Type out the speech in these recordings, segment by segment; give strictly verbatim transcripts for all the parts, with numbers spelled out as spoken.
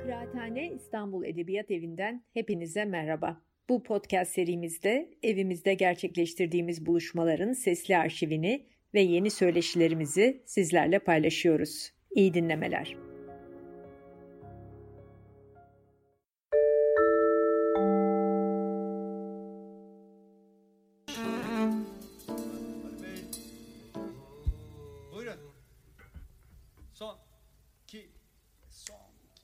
Kıraathane İstanbul Edebiyat Evi'nden hepinize merhaba. Bu podcast serimizde evimizde gerçekleştirdiğimiz buluşmaların sesli arşivini ve yeni söyleşilerimizi sizlerle paylaşıyoruz. İyi dinlemeler. Buyurun. Son. iki. Son. iki.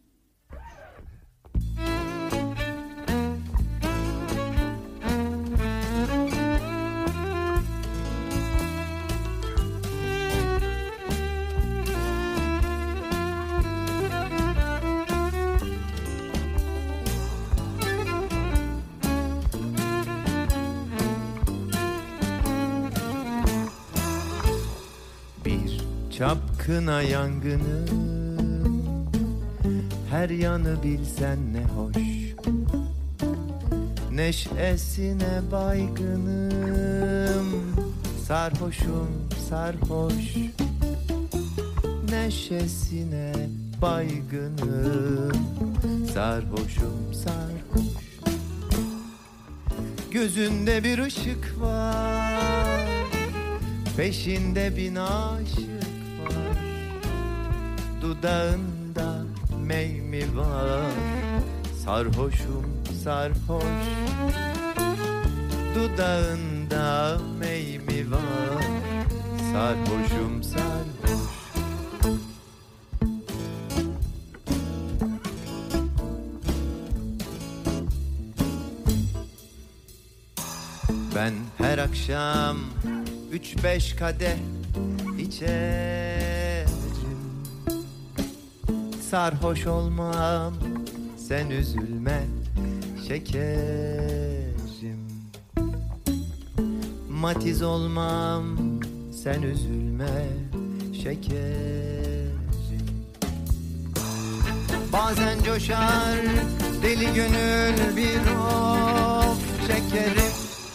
Bir çapkına yangını, her yanı bilsen ne hoş. Neşesine baygınım, sarhoşum sarhoş. Neşesine baygınım, sarhoşum sarhoş. Gözünde bir ışık var, peşinde bin aşık var. Dudağında mey mi var, sarhoşum sarhoş. Dudağında mey mi var, sarhoşum sarhoş. Ben her akşam üç beş kadeh içerim. Sarhoş olmam, sen üzülme şekerim. Matiz olmam, sen üzülme şekerim. Bazen coşar deli gönül bir of çekerim.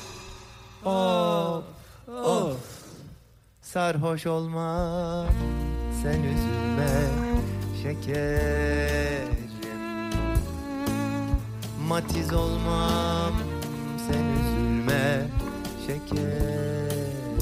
Of, of. Sarhoş olmam, sen üzülme şekerim. Matiz olmam, sen üzülme şekerim.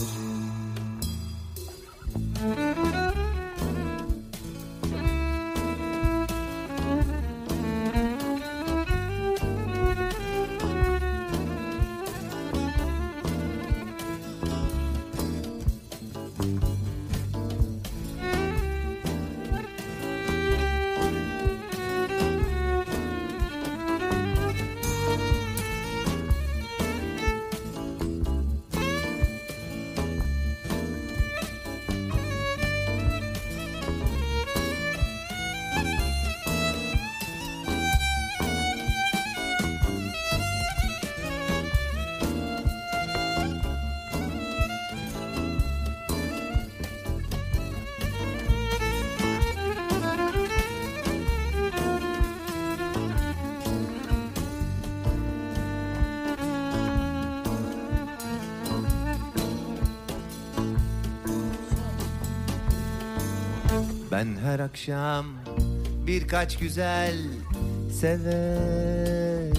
Ben her akşam birkaç güzel severim.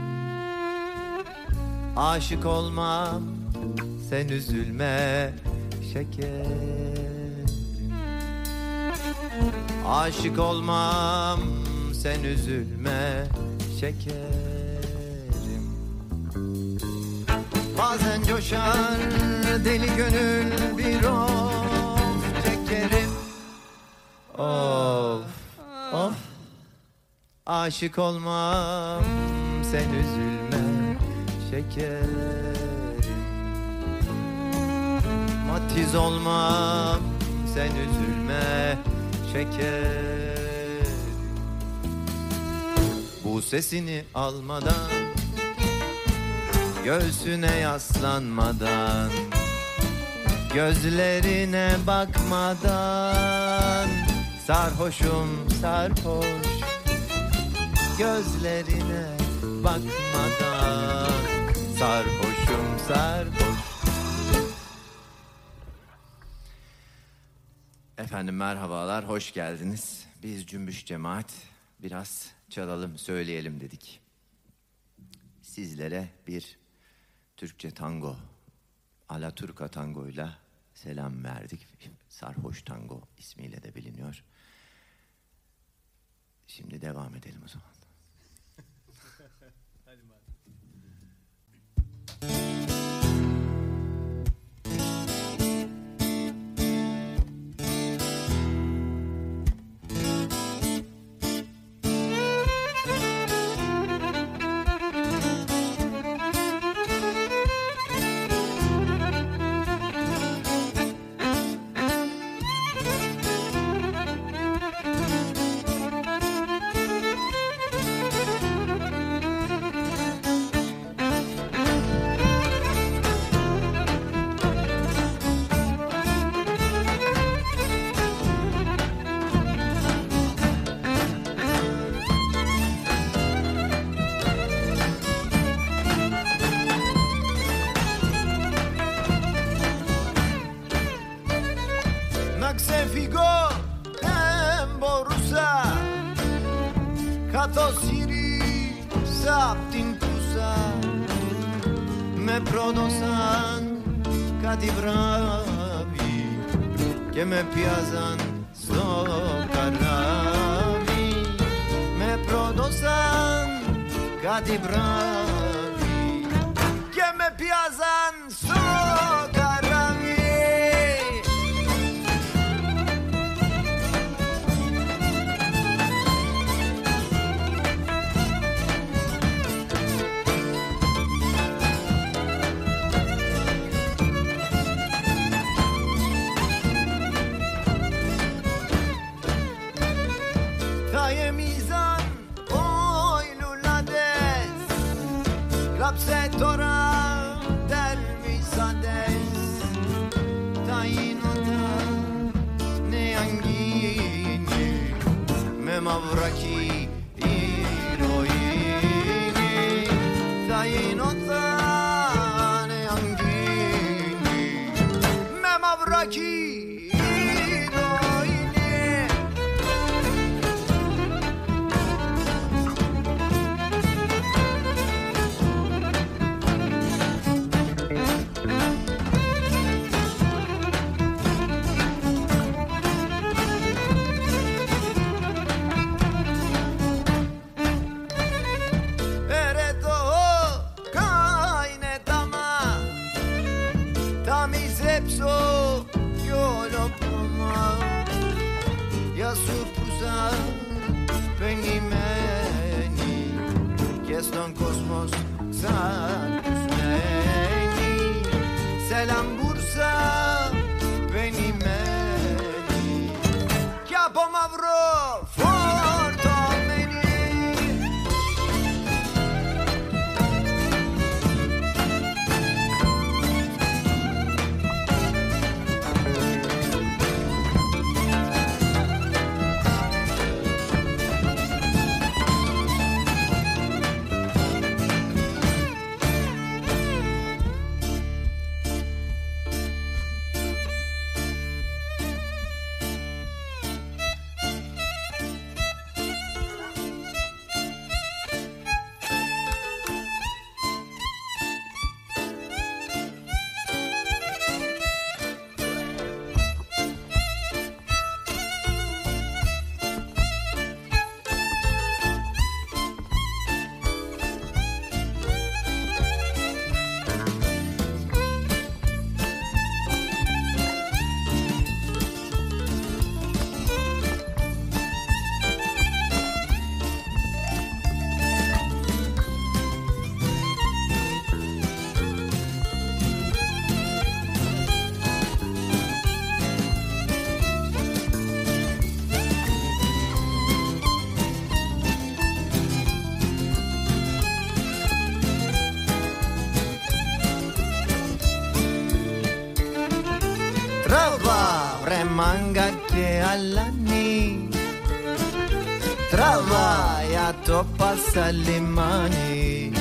Aşık olmam, sen üzülme şekerim. Aşık olmam, sen üzülme şekerim. Bazen coşar deli gönül bir of çekerim. Of, of. Aşık olmam, sen üzülme şekerim. Matiz olmam, sen üzülme şekerim. Bu sesini almadan, göğsüne yaslanmadan, gözlerine bakmadan, sarhoşum sarhoş. Gözlerine bakmadan, sarhoşum sarhoş. Efendim merhabalar, hoş geldiniz. Biz Cümbüş Cemaat biraz çalalım, söyleyelim dedik. Sizlere bir Türkçe tango, Alaturka tangoyla selam verdik. Sarhoş tango ismiyle de biliniyor. Şimdi devam edelim o zaman. Hadi madem. Ξεφύγω έμπορουσα κατοσύρισα απ' την πούσα με πρόδωσαν κάτι βράδυ και με πιάζαν στο καράβι με πρόδωσαν κάτι βράδυ και με πιάζαν στο καράβι. Κλάψε τώρα τερβίσαντες τα ίνοντα νεαγγίνη με μαυράκι ηρωίνη τα ίνοντα νεαγγίνη με μαυράκι στον κόσμο σαν κουσμένη σε λαμπουρσα πενημένη κι από μαύρο φορτωμένη. Μάγκα και αλάνι τραβά για το πασαλιμάνι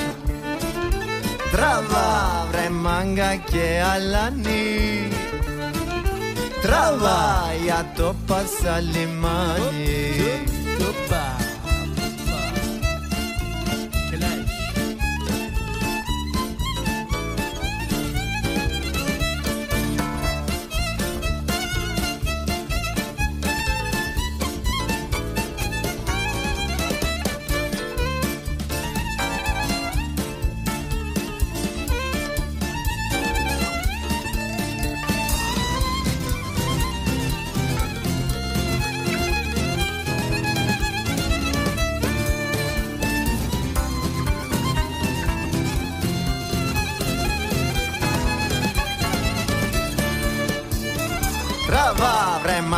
τραβά βρε μάγκα και αλάνι τραβά για το πασαλιμάνι.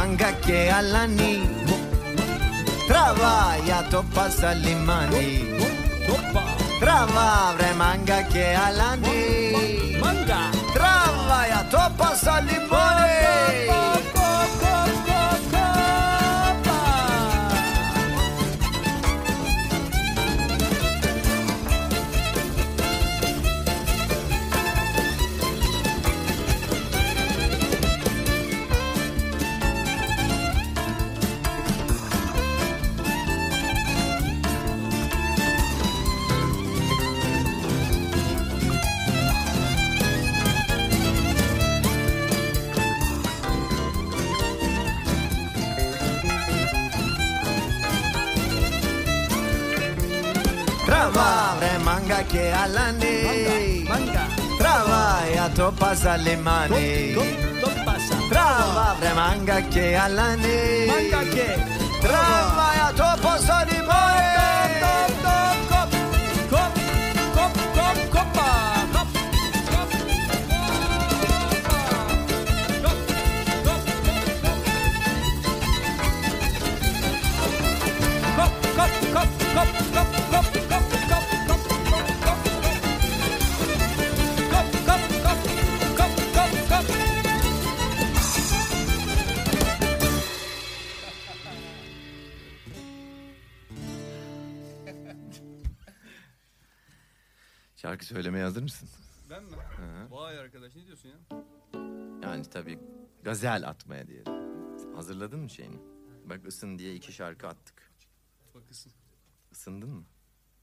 remanga che all'anni travagliato passa le mani trava remanga che all'anni travagliato passa le mani. Trava remanga che all'anni travagliato passa le mani trava remanga che all'anni travagliato passa le mani. Şarkı söylemeye hazır mısın? Ben mi? Hı-hı. Vay arkadaş, ne diyorsun ya? Yani tabii gazel atmaya diyelim. Hazırladın mı şeyini? Bak ısın diye iki şarkı attık. Bak ısın. Isındın mı?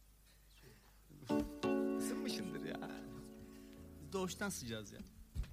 Isınmışındır ya. Doğuştan sıcağız ya.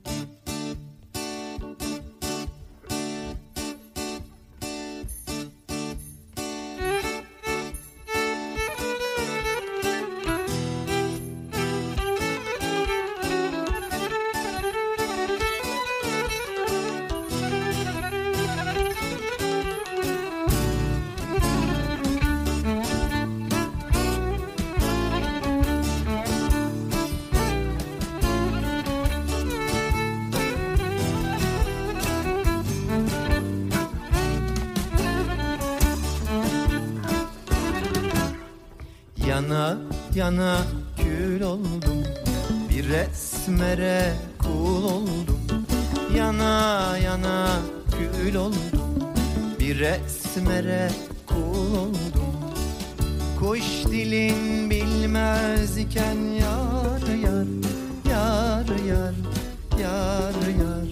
Yana yana kül oldum, bir resmere kul oldum. Yana yana kül oldum, bir resmere kul oldum. Kuş dilin bilmez iken yar yar, yar yar, yar yar,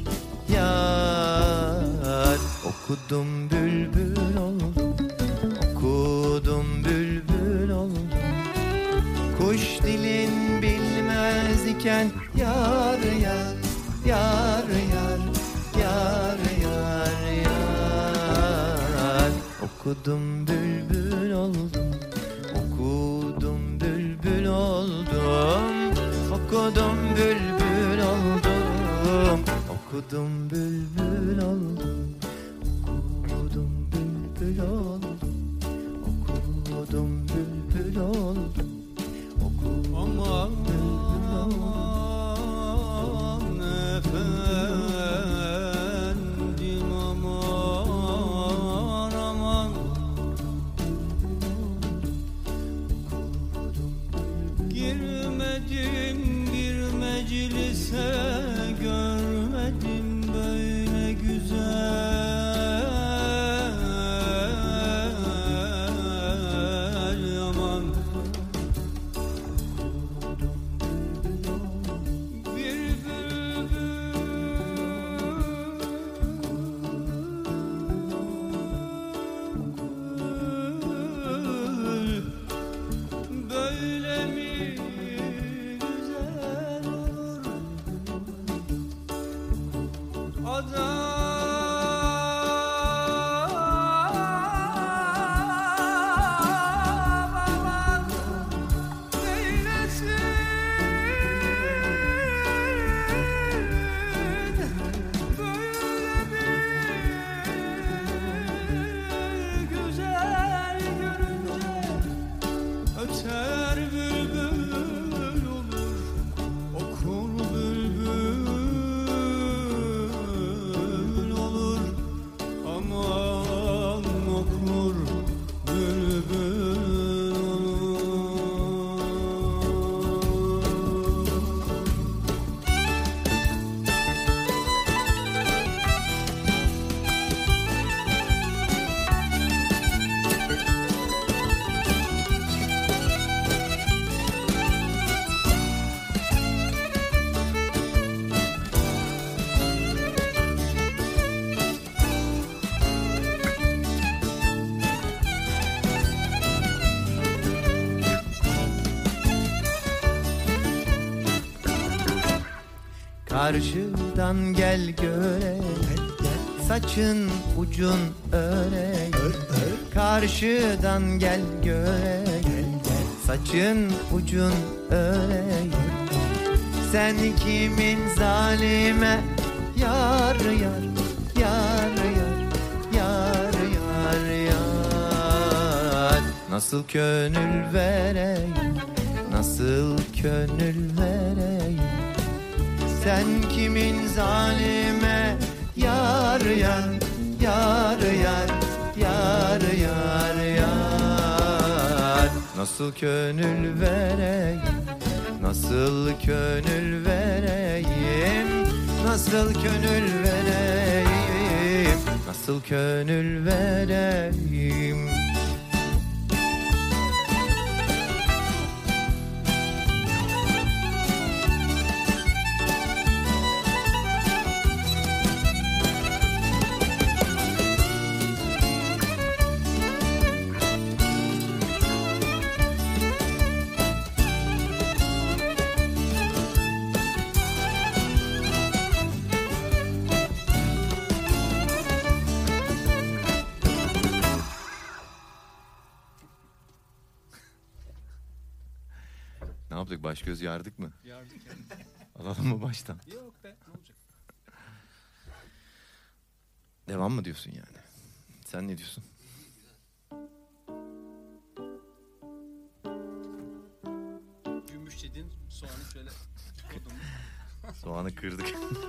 yar. Okudum bülbül oldum, okudum bülbül oldum. Kuş dilin bilmez iken yar yar, yar yar, yar yar, yar. Okudum bülbül oldum, okudum bülbül oldum. Okudum bülbül oldum, okudum bülbül oldum. Okudum bülbül oldum, okudum bülbül oldum. Aman aman efendim, aman aman. Girmedim bir meclise, görmedim böyle güzel Karşıdan gel göreyim, saçın ucun öreyim. Karşıdan gel göreyim, saçın ucun öreyim. Sen kimin zalime yar yar, yar yar, yar yar yar. Nasıl gönül vereyim, nasıl gönül vereyim. Sen kimin zalime yar yar, yar yar, yar yar yar. Nasıl gönül vereyim, nasıl gönül vereyim, nasıl gönül vereyim, nasıl gönül vereyim. Ne yaptık? Baş göz yardık mı? Yardık yani. Alalım mı baştan? Yok be, ne olacak? Devam mı diyorsun yani? Sen ne diyorsun? Gümüş yedin, soğanı şöyle koydum. Soğanı kırdık.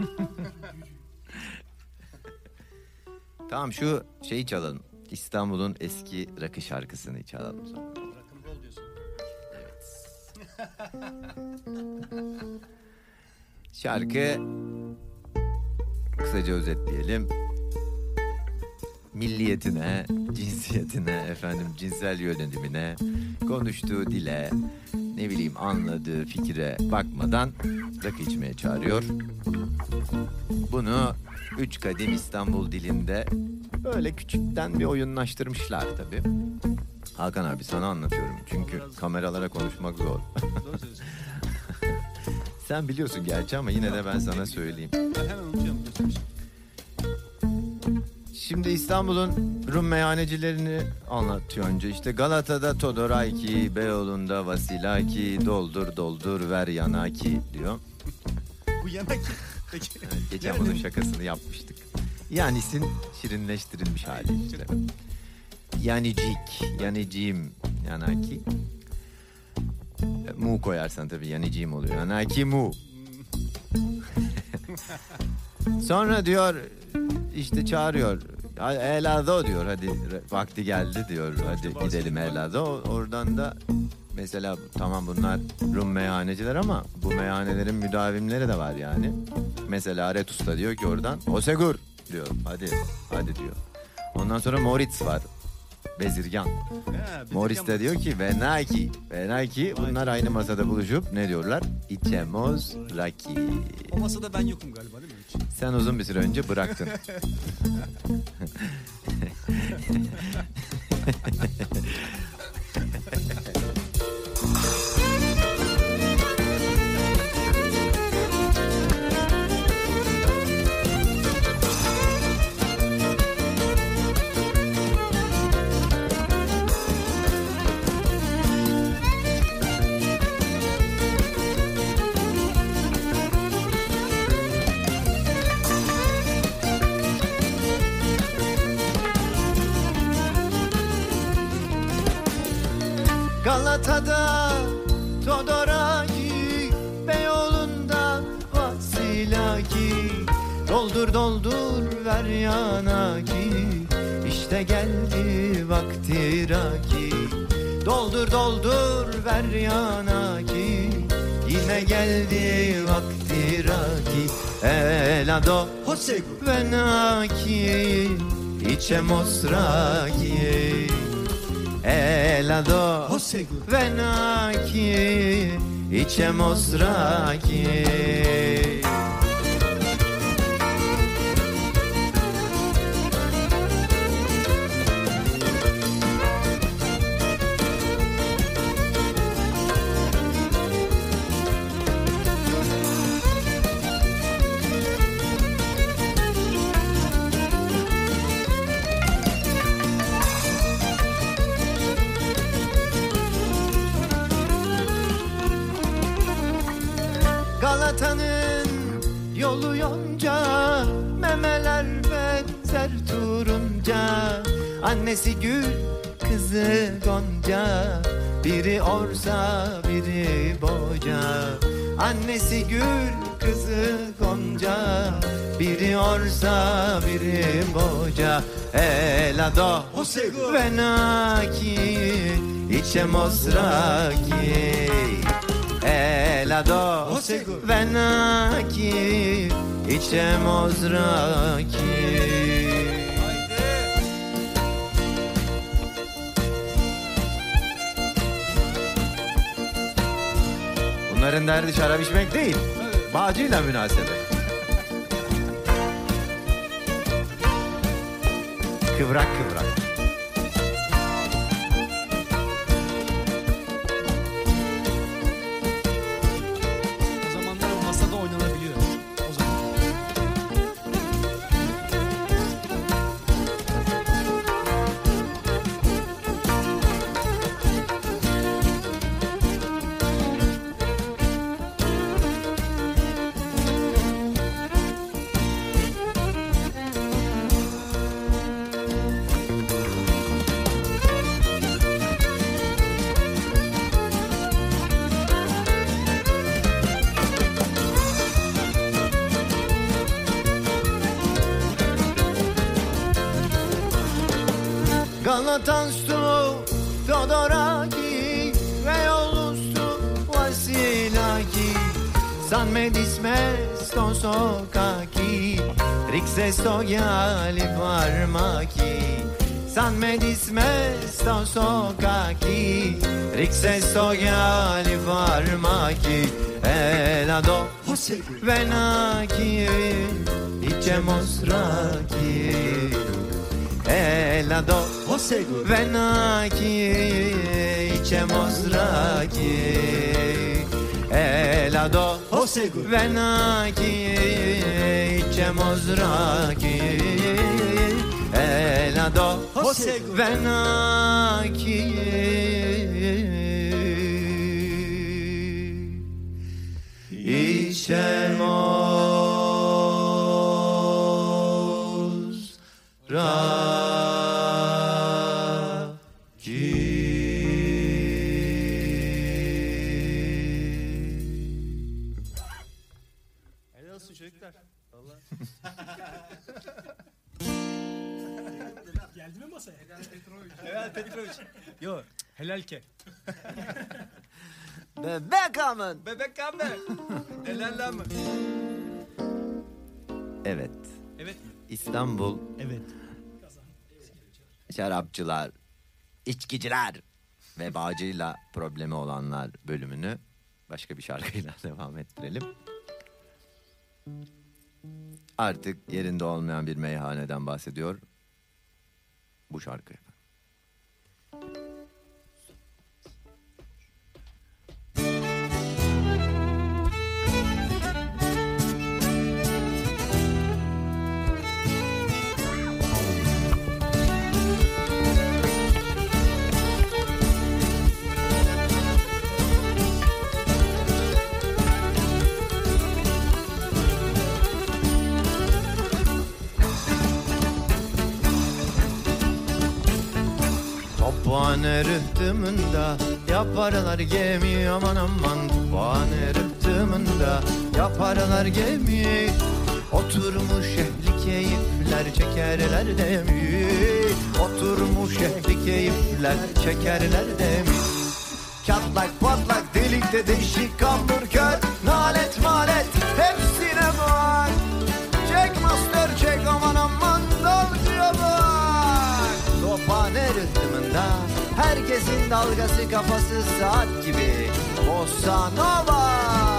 Tamam, şu şeyi çalalım. İstanbul'un eski rakı şarkısını çalalım sonra. Rock'n'roll diyorsun. Şarkı, kısaca özetleyelim. Milliyetine, cinsiyetine, efendim cinsel yönelimine, konuştuğu dile, ne bileyim anladığı fikire bakmadan rakı içmeye çağırıyor. Bunu üç kadim İstanbul dilinde böyle küçükten bir oyunlaştırmışlar tabii. Hakan abi sana anlatıyorum çünkü kameralara konuşmak zor. Doğru söylüyorsun. Sen biliyorsun gerçi ama yine de ben sana söyleyeyim. Ben hemen unutuyorum biliyorsun. Şimdi İstanbul'un Rum meyhanecilerini anlatıyor önce. İşte Galata'da Todoraki, Beyoğlu'nda Vasilaki, doldur doldur ver yanaki diyor. Bu yemek peki. Evet, geçen Yani- bunun şakasını yapmıştık. Yanisin şirinleştirilmiş hali işte. Yanicik, yanicim, yanaki. E, Mu koyarsan tabii yanicim oluyor. Yanaki mu. Sonra diyor işte çağırıyor. Elado diyor, hadi vakti geldi diyor. Hadi gidelim Elado. Oradan da mesela tamam bunlar Rum meyhaneciler ama bu meyhanelerin müdavimleri de var yani. Mesela Aret Usta diyor ki oradan Osegur diyor. Hadi hadi diyor. Ondan sonra Moritz var. Bezirgan. Ha, Moritz de diyor ki Venaki. Venaki bunlar aynı masada buluşup ne diyorlar? İçemos raki. O masada ben yokum galiba değil mi hiç? Sen uzun bir süre önce bıraktın. Galata'da Todoraki, Beyoğlu'nda Vasilaki, doldur doldur ver yanaki, işte geldi vakti raki. Doldur doldur ver yanaki, yine geldi vakti raki. Elado venaki, içemos raki. Elado venaki, içemos raki. Annesi gül, kızı gonca, biri orsa biri boca. Annesi gül, kızı gonca, biri orsa biri boca. Elado venaki içe mozraki. Elado venaki içe mozraki. Bunların derdi şarap içmek değil, bağcıyla münasebet. Kıvrak kıvrak. O zamanlar o masada oynanabiliyor. O zaman. Galatastu, Todoraki ve Yolustu Vasilaki. San medisme sto sokaki, riksesto gali parmaki. San medisme sto sokaki, riksesto gali parmaki. Elado venaki içe mosraki. Elado venaki içe mozraki. Elado venaki içe mozraki. Elado venaki içe mozraki. Helal olsun çocuklar. Vallahi. Geldi mi masaya? Helal Petrovic. Helal Petrovic. Yo, helal ke. Bebek amın. Bebek abi. Helal lan mı? Evet, Evet mi? İstanbul Evet. şarapçılar, içkiciler ve bağcıyla problemi olanlar bölümünü başka bir şarkıyla devam ettirelim. Artık yerinde olmayan bir meyhaneden bahsediyor bu şarkı. Puane rıhtımında yaparlar gemi, aman aman. Puane rıhtımında yaparlar gemi. Oturmuş ehli keyifler çekerler demi. Oturmuş ehli keyifler çekerler demi. Çatlak patlak delikte deşik kambur kör, nalet malet hepsine bak. Çek master çek, aman aman dalgaya bak. Tophane rıhtımında herkesin dalgası kafası saat gibi. Bossa Nova.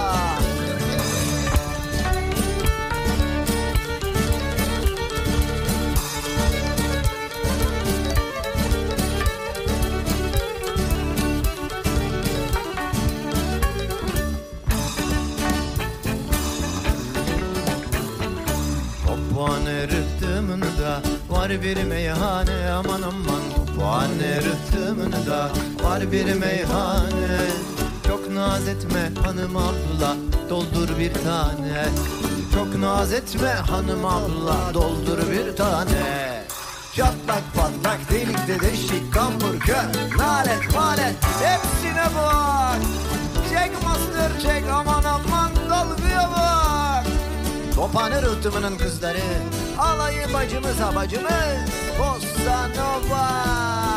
Tophane rıhtımında var bir meyhane, aman aman. Tophane rıhtımında var bir meyhane. Çok naz etme hanım abla, doldur bir tane. Çok naz etme hanım abla, doldur bir tane. Çatlak patlak delikte deşik kambur kör nalet malet hepsine bak. Çek master çek aman aman dalgaya bak. Tophane rıhtımının kızları alayı bacımıza bacımız Bossa Nova.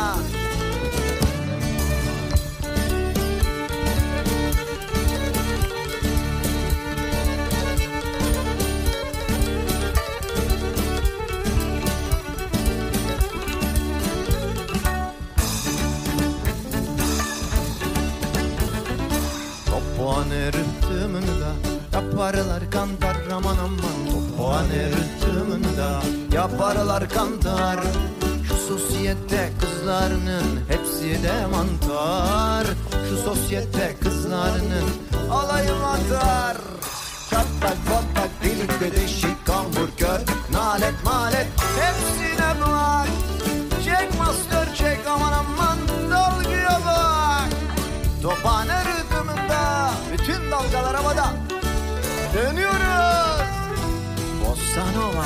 Tophane rıhtımında yaparlar kantar aman aman. Tophane rıhtımında yaparlar kantar. Şu sosyete kızlarının hepsi de mantar. Şu sosyete kızlarının alayı mantar. Çatlak patlak delikte deşik kambur kör nalet malet hepsine bak. Çek master çek aman aman dalgaya bak. Tophane rıhtımında bütün dalgalar havada. Dönüyoruz. Bossa Nova.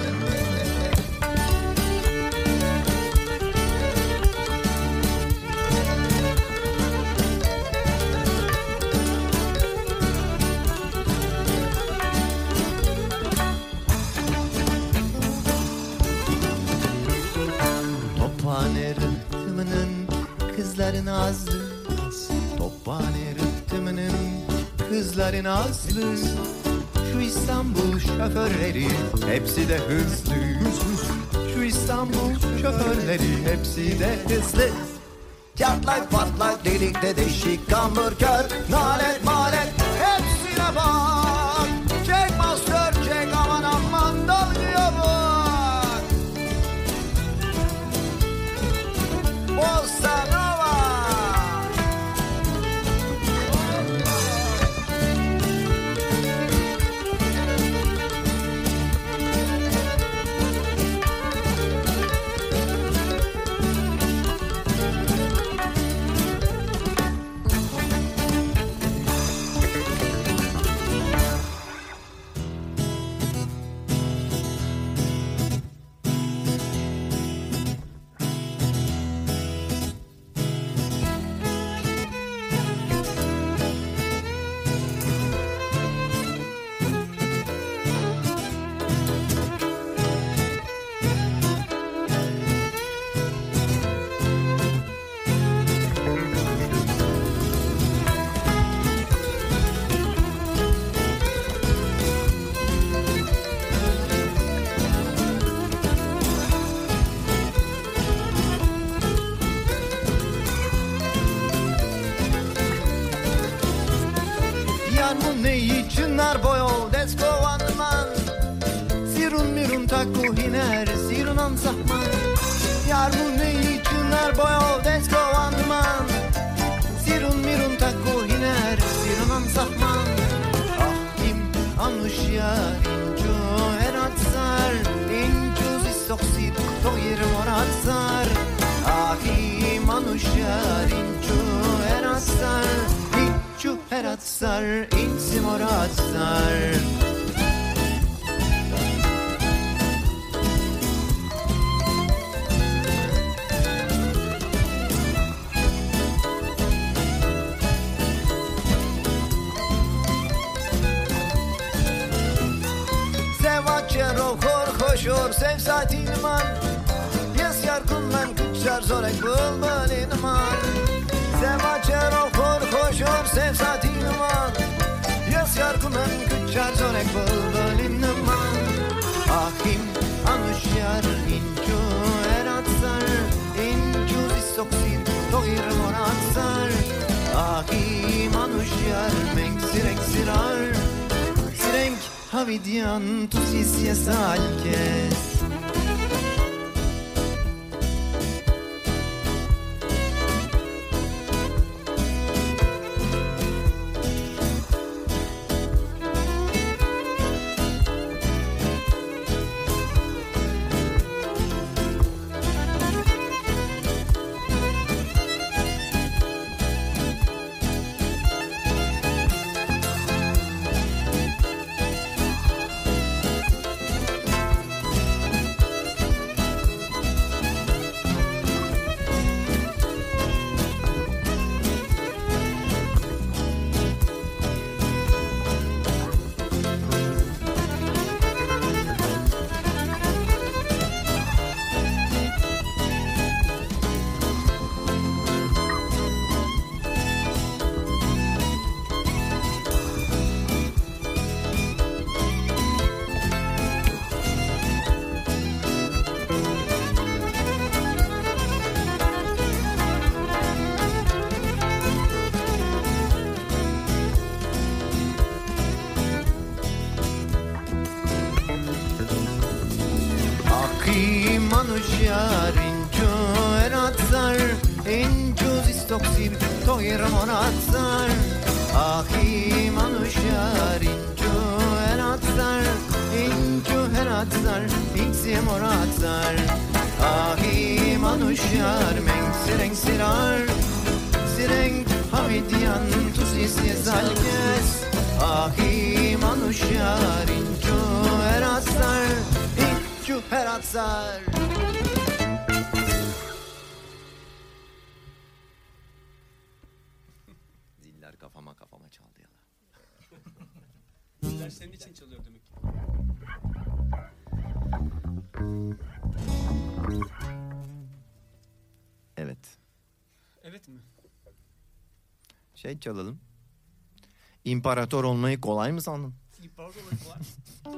Tophane rıhtımının kızların azlı. Tophane rıhtımının kızların azlı. Şu İstanbul şoförleri hepsi de hızlı. Şu İstanbul şoförleri hepsi de hızlı. Çatlak patlak delikte deşik kambur kör nalet malet hepsine bak. Çek master çek aman aman dalgaya bak. Bossa Nova. Çınar boyo desko vanman. Sirun mirun taku hiner sirunan sahman. Yarmun neyi çınar boyo desko vanman. Sirun mirun taku hiner sirunan sahman. Ahim anuş yarincu eratsar. İncu zistoksit toyir moratsar. Ahim anuş yarincu eratsar. Şu heratsar, insim oratsar. Sevaçero hor hoşor sevsatilman. Yes yarkunman küçer zorek bulbalinman. Sevaçero hor hoşor sevsatilman. Yes yarkunman küçer zorek bulbalinman. Ahim anuş yar incu eratsar. İncu zistoksin tohir moratsar. Ahim anuş yar mengsirek sirar. Sirenk havidyan tusis yesalkes. Inčus istoksim toiram onatsar Ahi manuşar inču heratsar Inču heratsar iksim oratsar Ahi manuşar mengsireng sirar Sireng hamidyan tusisi zalkes Ahi manuşar inču heratsar Inču heratsar Kafama kafama çaldı ya. Ziller senin için çalıyor demek ki. Evet. Evet mi? Şey çalalım. İmparator olmayı kolay mı sandın? İmparator olmayı kolay mı?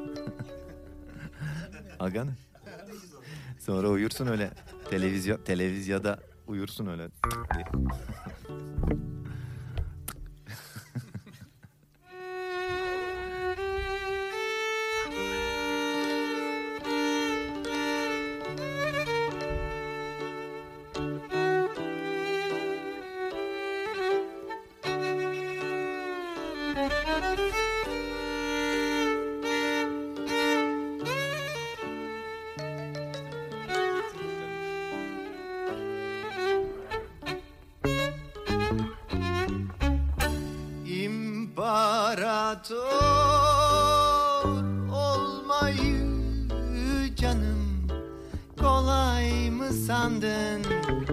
Aga ne? Sonra uyursun öyle. Televizyon, televizyada uyursun öyle. İmparator olmayı canım kolay mı sandın?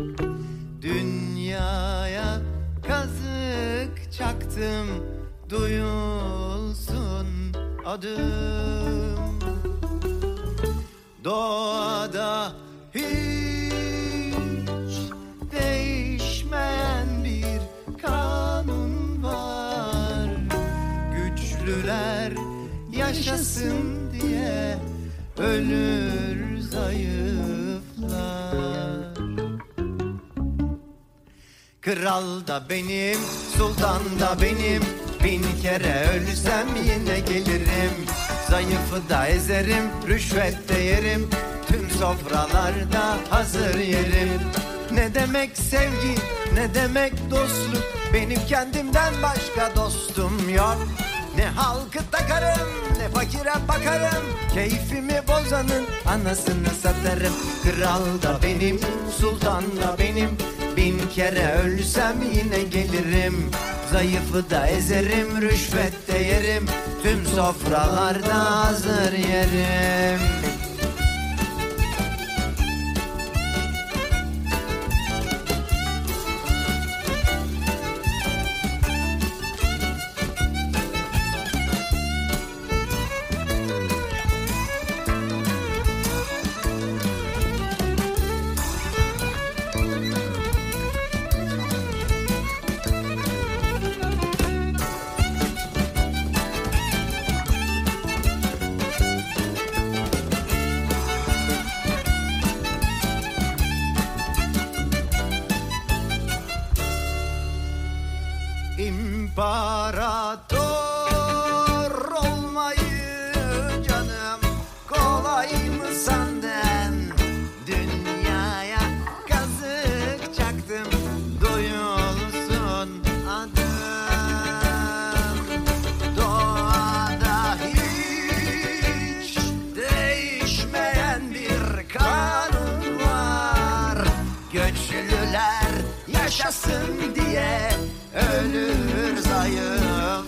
Dünyaya kazık çaktım duyulsun adım. Doğada hiç değişmeyen bir kanun var. Güçlüler yaşasın diye ölür zayıflar. Kral da benim, sultan da benim. Bin kere ölsem yine gelirim. Zayıfı da ezerim, rüşvet de yerim. Tüm sofralarda hazır yerim. Ne demek sevgi, ne demek dostluk? Benim kendimden başka dostum yok. Ne halkı takarım, ne fakire bakarım. Keyfimi bozanın anasını satarım. Kral da benim, sultan da benim. Bin kere ölsem yine gelirim. Zayıfı da ezerim, rüşvet de yerim. Tüm sofralarda hazır yerim. İmparator olmayı canım kolay mı sandın? Dünyaya kazık çaktım duyulsun adım. Doğada hiç değişmeyen bir kanun var. Göçlüler yaşasın diye ölür zayıflar.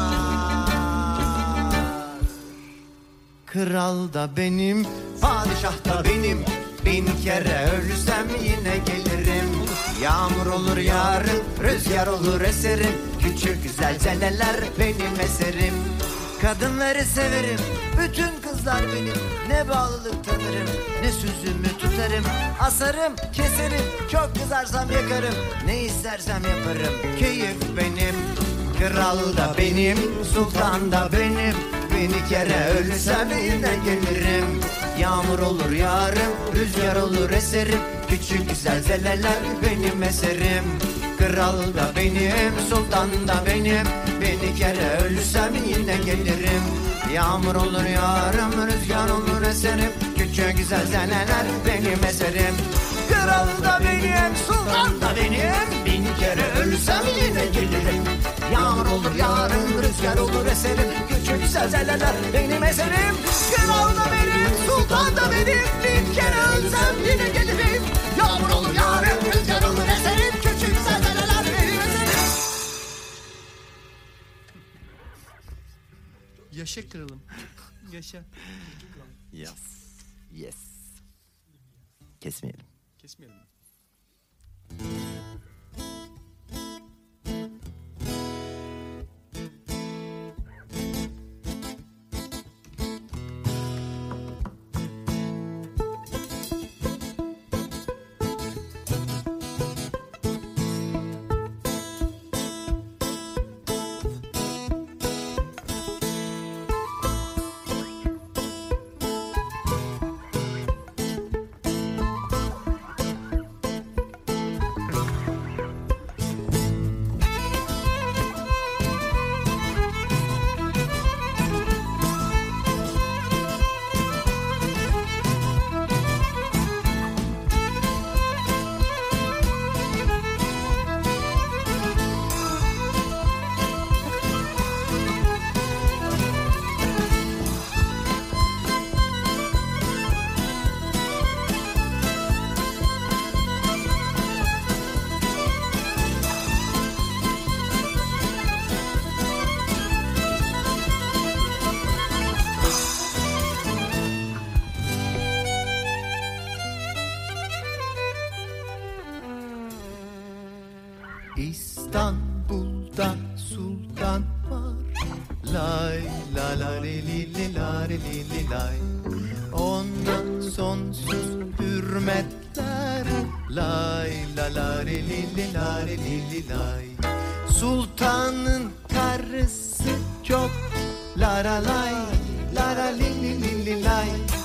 Kral da benim, padişah da benim. Bin kere ölsem yine gelirim. Yağmur olur yarın, rüzgar olur eserim. Küçük zelzeleler benim eserim. Kadınları severim, bütün kızlar benim. Ne bağlılık tanırım, ne sözümü tutarım. Asarım, keserim, çok kızarsam yakarım. Ne istersem yaparım, keyif benim. Kral da benim, sultan da benim. Bin kere ölsem yine gelirim. Yağmur olur yarın, rüzgar olur eserim. Küçük zelzeleler benim eserim. Kral da benim, sultan da benim. Bin kere ölsem yine gelirim. Yağmur olur yarın, rüzgar olur eserim. Küçük zelzeleler benim eserim. Kral da benim, sultan sultan da benim. Bin kere ölsem yine gelirim. Yağmur olur yarın, rüzgar olur eserim. Küçük zelzeleler benim eserim. Kral da benim, sultan da benim. Bin kere ölsem yine gelirim. Yağmur olur yarın, rüzgar olur eserim. Küçük zelzeleler benim eserim. Yaşa kralım. Yaşa. Yes. Yes. Kesmeyelim. Kesmeyelim mi? İstanbul'da sultan var. Lay la la li li li la li li li lay. Ona sonsuz hürmetler. Lay la la li li li la li li li lay. Sultanın karısı çok. La la lay la la li li li li lay.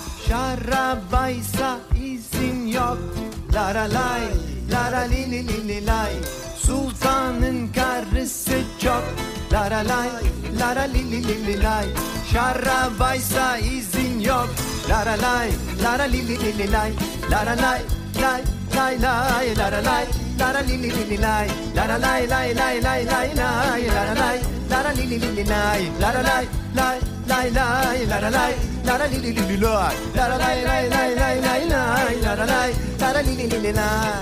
Şarabaysa izin yok. La la lay la la li li li li lay. Sultanın karısı çok. La la lay, la la li li li li lay. Şarabaysa izin yok. La la lay, la la li li li li lay. La la lay, lay, lay lay. La la lay, la la li li li li lay. La la lay, lay lay lay lay lay. La la lay, la la li li li li lay. La la lay, lay lay lay. La la lay, la la li li li li lay. La la lay, lay lay lay lay lay. La la lay, la la li li li li lay.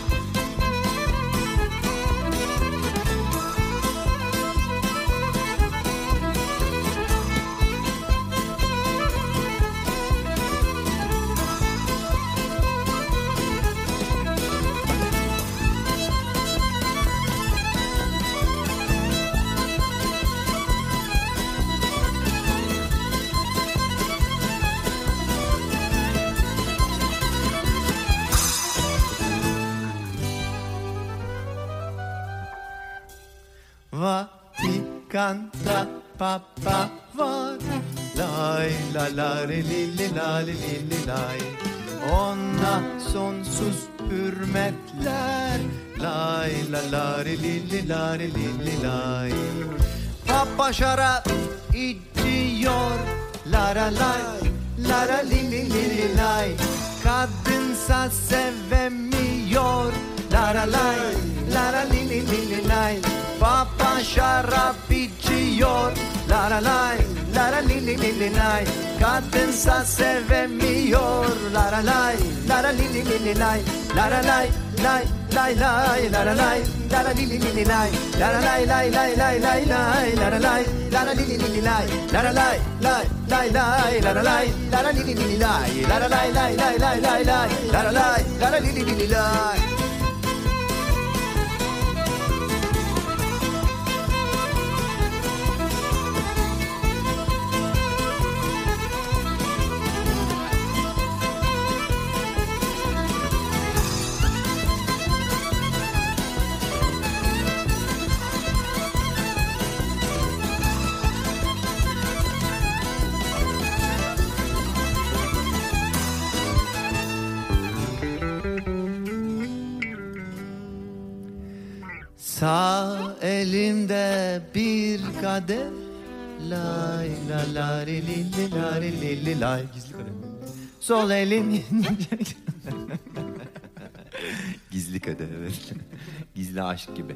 Vatikanda papa var. Lay la la li li li la li li li lay. Ona sonsuz hürmetler. Lay la la li li li la li li li lay. Papa şarap içiyor. La la lay la la li li li li lay. Kadınsa sevemiyor. La la lay la la li li li li lay. Papa şarap içiyor. La la lay, la la li li li li lay. Kadınsa sevemiyor. La la lay, la la li li li li lay. La la lay, lay lay lay. La la lay, la la li li li li lay. La la lay lay lay lay lay lay. La la lay, la la li li li li lay. La la lay, lay lay lay. La la lay, la la li li li li lay. La la lay lay lay lay lay lay. La la lay, la la li li li li lay. Sağ elimde bir kadeh. Lay la la li li li la li li li lay. Sol elim Gizli kadeh, evet. Gizli aşk gibi.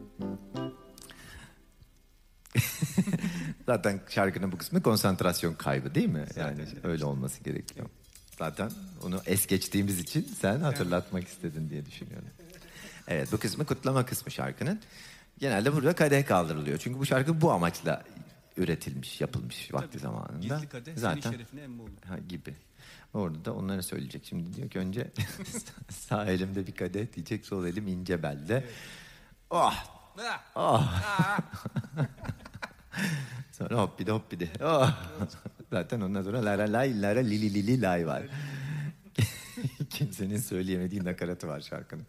Zaten şarkının bu kısmı konsantrasyon kaybı değil mi? Yani öyle olması gerekiyor. Zaten onu es geçtiğimiz için sen hatırlatmak istedin diye düşünüyorum. Evet, bu kısmı kutlama kısmı şarkının. Genelde burada kadeh kaldırılıyor. Çünkü bu şarkı bu amaçla üretilmiş, yapılmış vakti Tabii. zamanında. Gizli kadeh zaten senin şerefine emmi olur. Ha, gibi. Orada da onları söyleyecek. Şimdi diyor ki önce sağ elimde bir kadeh diyecek, sol elim ince belde. Evet. Oh! Oh! Sonra hoppide hoppide. Oh! Zaten ondan sonra lara lay lara lili lili lay var. Kimsenin söyleyemediği nakaratı var şarkının.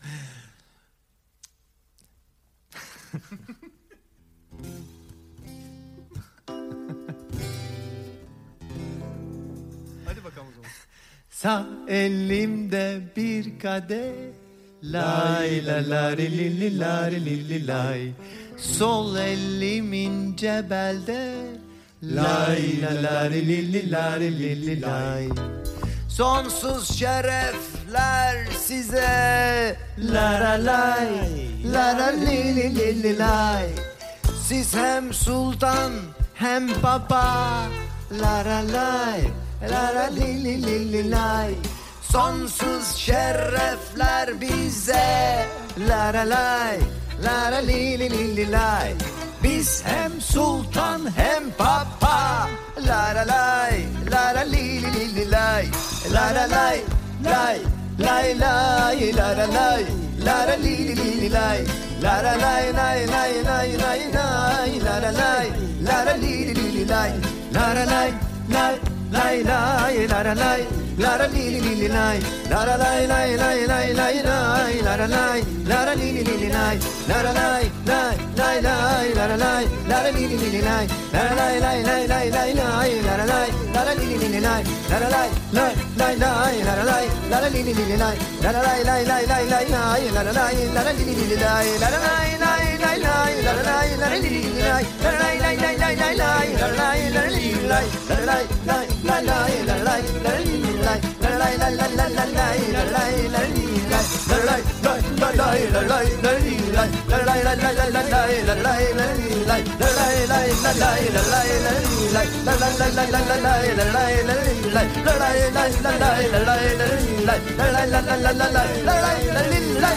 Hadi bakalım o zaman. Sağ elimde bir kadeh, lay la la li li la li li lay. Sol elim ince belde, lay la la li li la li li lay. Sonsuz şerefler size, la la lay, la la li li li li lay. Siz hem sultan hem papa, la la lay, la la li li li li lay. Sonsuz şerefler bize, la la lay, la la li li li li lay. Biz hem sultan hem papa, la la lay, la la li li li li lay. La la lay, lay, lay lay, la la lay, la la li li li li lay. La la lay, lay lay lay lay lay, la la lay, la la li li li li lay. La la lay, lay, lay lay, la la lay, la la li li li li lay. La la lay, lay lay lay lay lay, la la lay, la la li li li li lay. La la lay, lay lay lay, la la lay, la la li li li li lay. La la lay, lay lay lay lay lay, la la lay, la la li li li li lay. La la lay, lay lay lay, la la lay, la la li li li li lay. La la lay, lay lay lay lay lay, la la lay, la la li li li li lay. La la lay, lay lay lay, la la lay, la la li li li li lay. La la lay, lay lay lay lay lay, la la lay, la la li li li lay. La la lay, lay lay lay, la la lay, la la li li li lay. La la lay, lay lay lay lay, la la lay, la la li li li lay. La la lay, lay lay lay, la la lay, la la li li li lay. La la lay, lay lay lay lay, la la lay, la la li li li lay. La la lay, lay lay lay, la la lay, la la li li li lay. La la lay, lay lay lay lay, la la lay, la la li li li lay. La la lay, lay lay lay, la la lay, la la li li li lay. La la lay, lay lay lay lay, la la lay, la la li li li lay.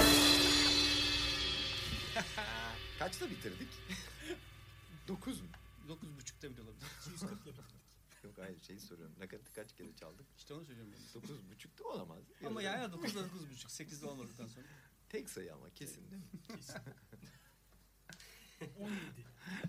Kaçta bitirdik? Dokuz mu? Dokuz buçukta bile olabilir. iki yüz kırk yapalım. Yok hayır şeyi soruyorum. Nakaratı kaç kere çaldık? İşte onu söylüyorum ben. Dokuz buçukta olamaz. Ama yani dokuzda dokuz buçuk, sekizde olmadıktan sonra. Tek sayı ama kesin değil mi? Kesin. on yedi.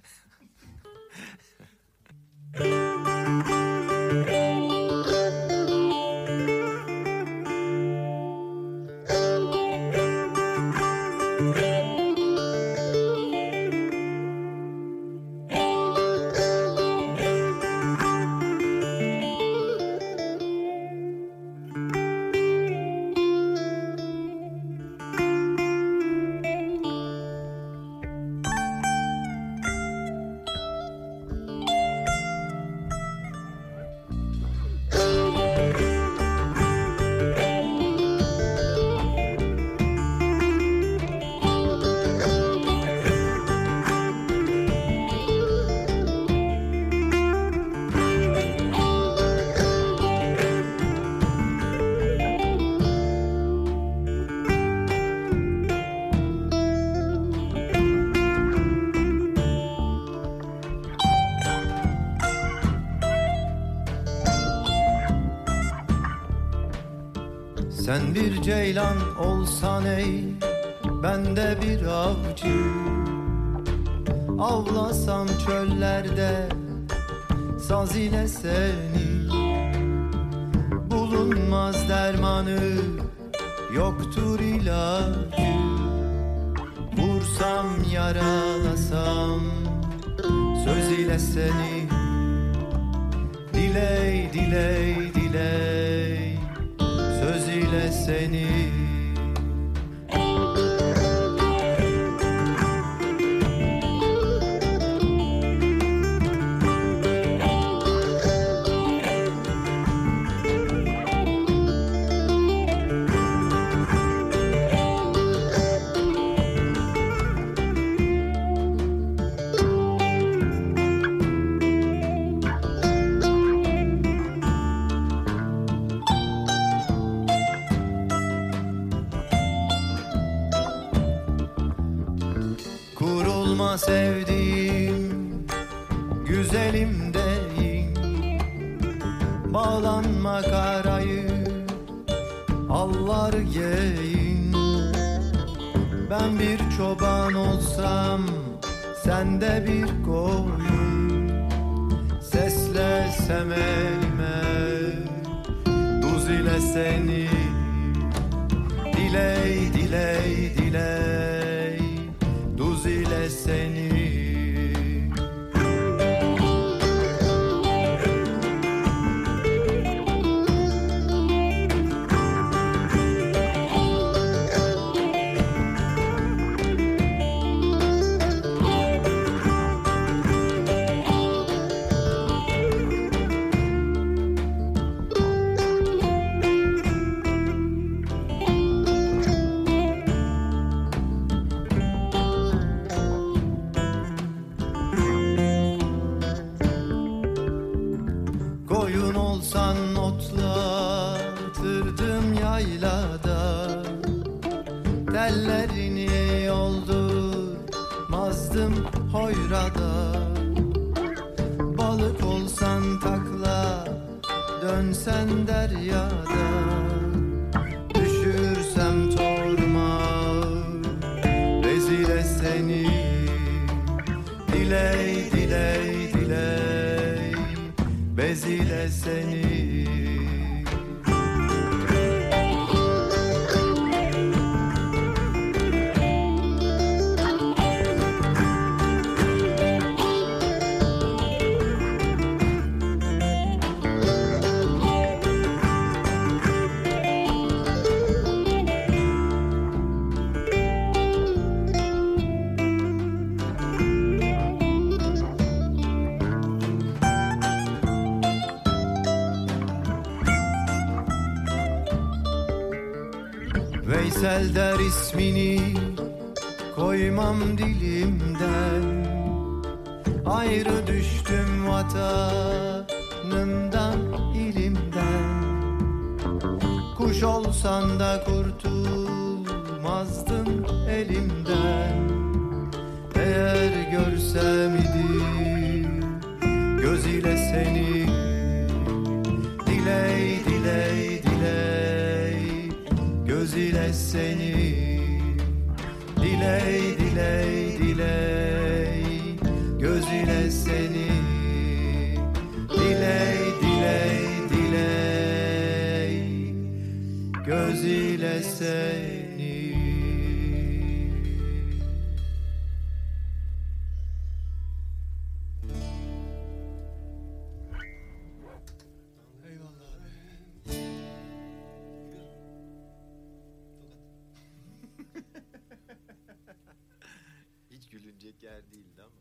Sen bir ceylan olsan ey, ben de bir avcı. Avlasam çöllerde saz ile seni. Bulunmaz dermanı, yoktur ilacı. Vursam yaralasam söz ile seni. Diley diley diley söz ile seni. Kurulma sevdiğim güzelimdeyim. Bağlanma karayı allar giyin. Ben bir çoban olsam sen de bir koyun. Seslesem elime duz ile seni. Diley diley diley duz ile seni. Tellerini yoldurmazdım hoyrada. Balık olsan takla dönsen deryada. Düşürsem torma rezile seni. Diley diley diley bezile seni. Veysel der ismini koymam dilimden. Ayrı düştüm vatanımdan, ilimden. Kuş olsan da kurtulmazdım elimden. Eğer görsem idi göz ile seni. Diley diley diley göz ile seni. Diley diley diley göz ile seni. Diley diley diley göz ile seni. Hiç gülünecek yer değildi ama.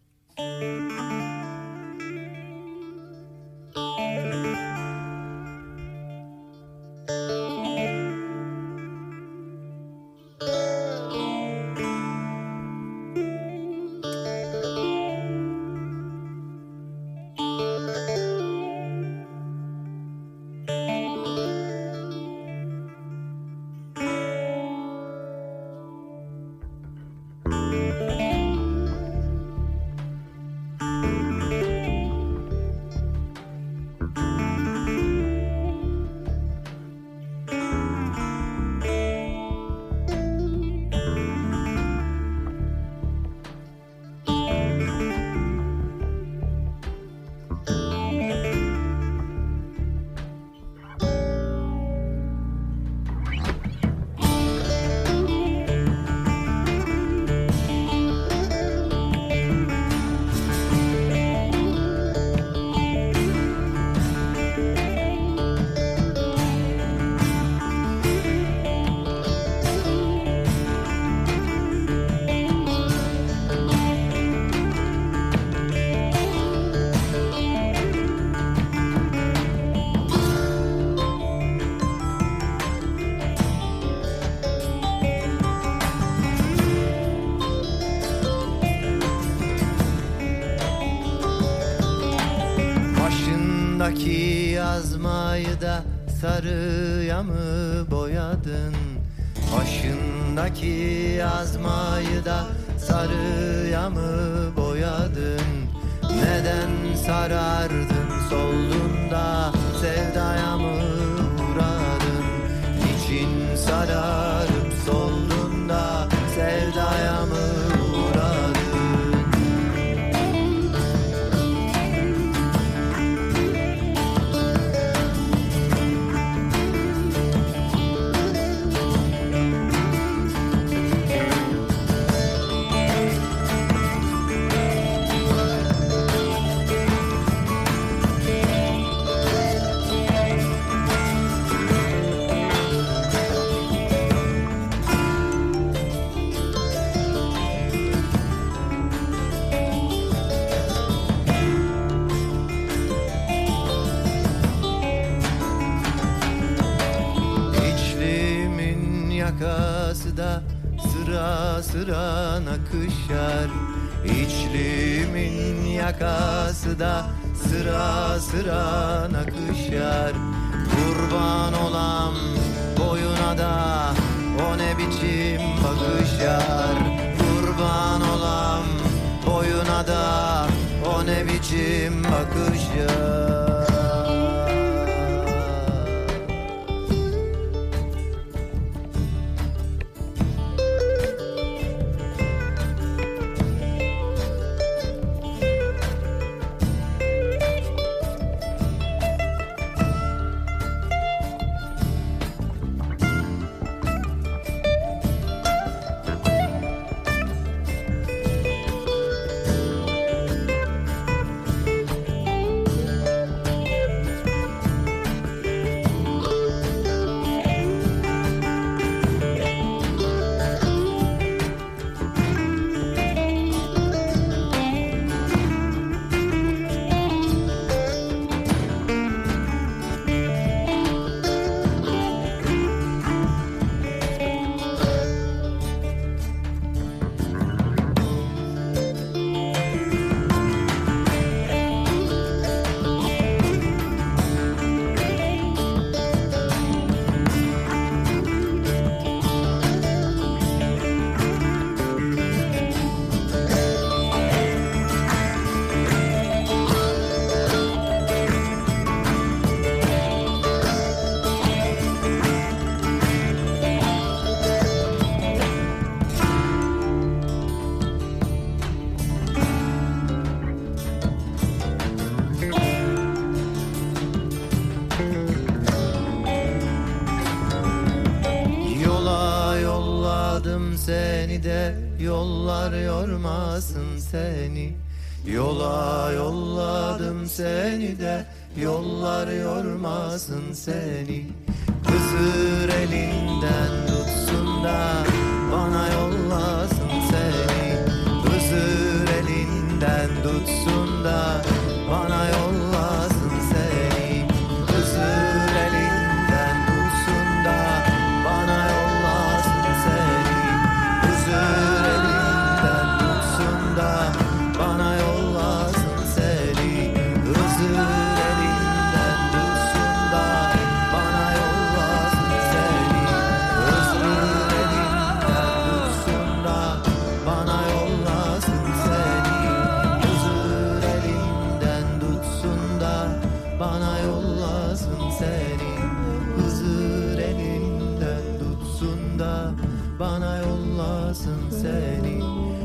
Başındaki yazmayı da sarıya mı boyadın? Başındaki yazmayı da sarıya mı boyadın? Neden sarardın solduğunda, sevdaya mı uğradın? Niçin sararıp solduğunda, sevdaya mı uğradın? Yakası da sıra sıra nakışar. İçliğimin yakası da sıra sıra nakışar. Kurban olam boyuna da o ne biçim bakışar. Kurban olam boyuna da o ne biçim bakışar. Seni de yollar yormasın seni. Yola yolladım seni de yollar yormasın seni. Hızır elinden tutsun da bana yollasın seni. Hızır elinden tutsun da bana yollasın seni. Hızır elinden tutsun da bana yollasın seni. Hızır elinden tutsun da bana yollasın seni. Hızır elinden tutsun da bana yollasın seni. Hızır elinden tutsun da bana yollasın seni. Hızır elinden tutsun da bana yollasın seni. Hızır elinden tutsun da bana yollasın seni.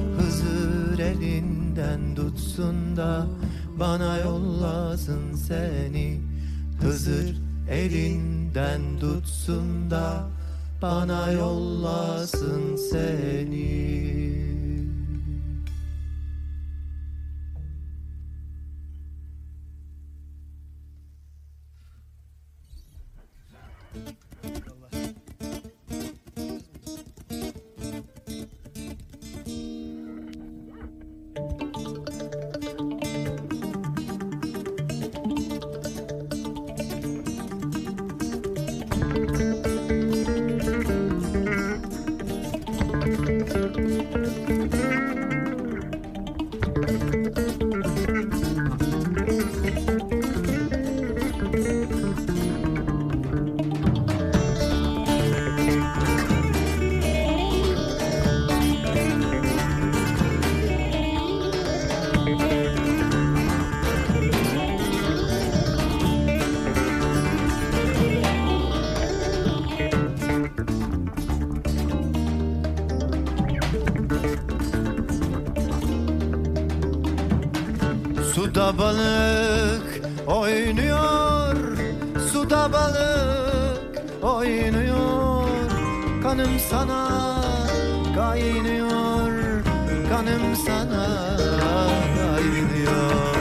Hızır elinden tutsun da bana yollasın seni. Hızır elinden tutsun da bana yollasın seni. Suda balık oynuyor, suda balık oynuyor. Kanım sana kaynıyor, kanım sana kaynıyor.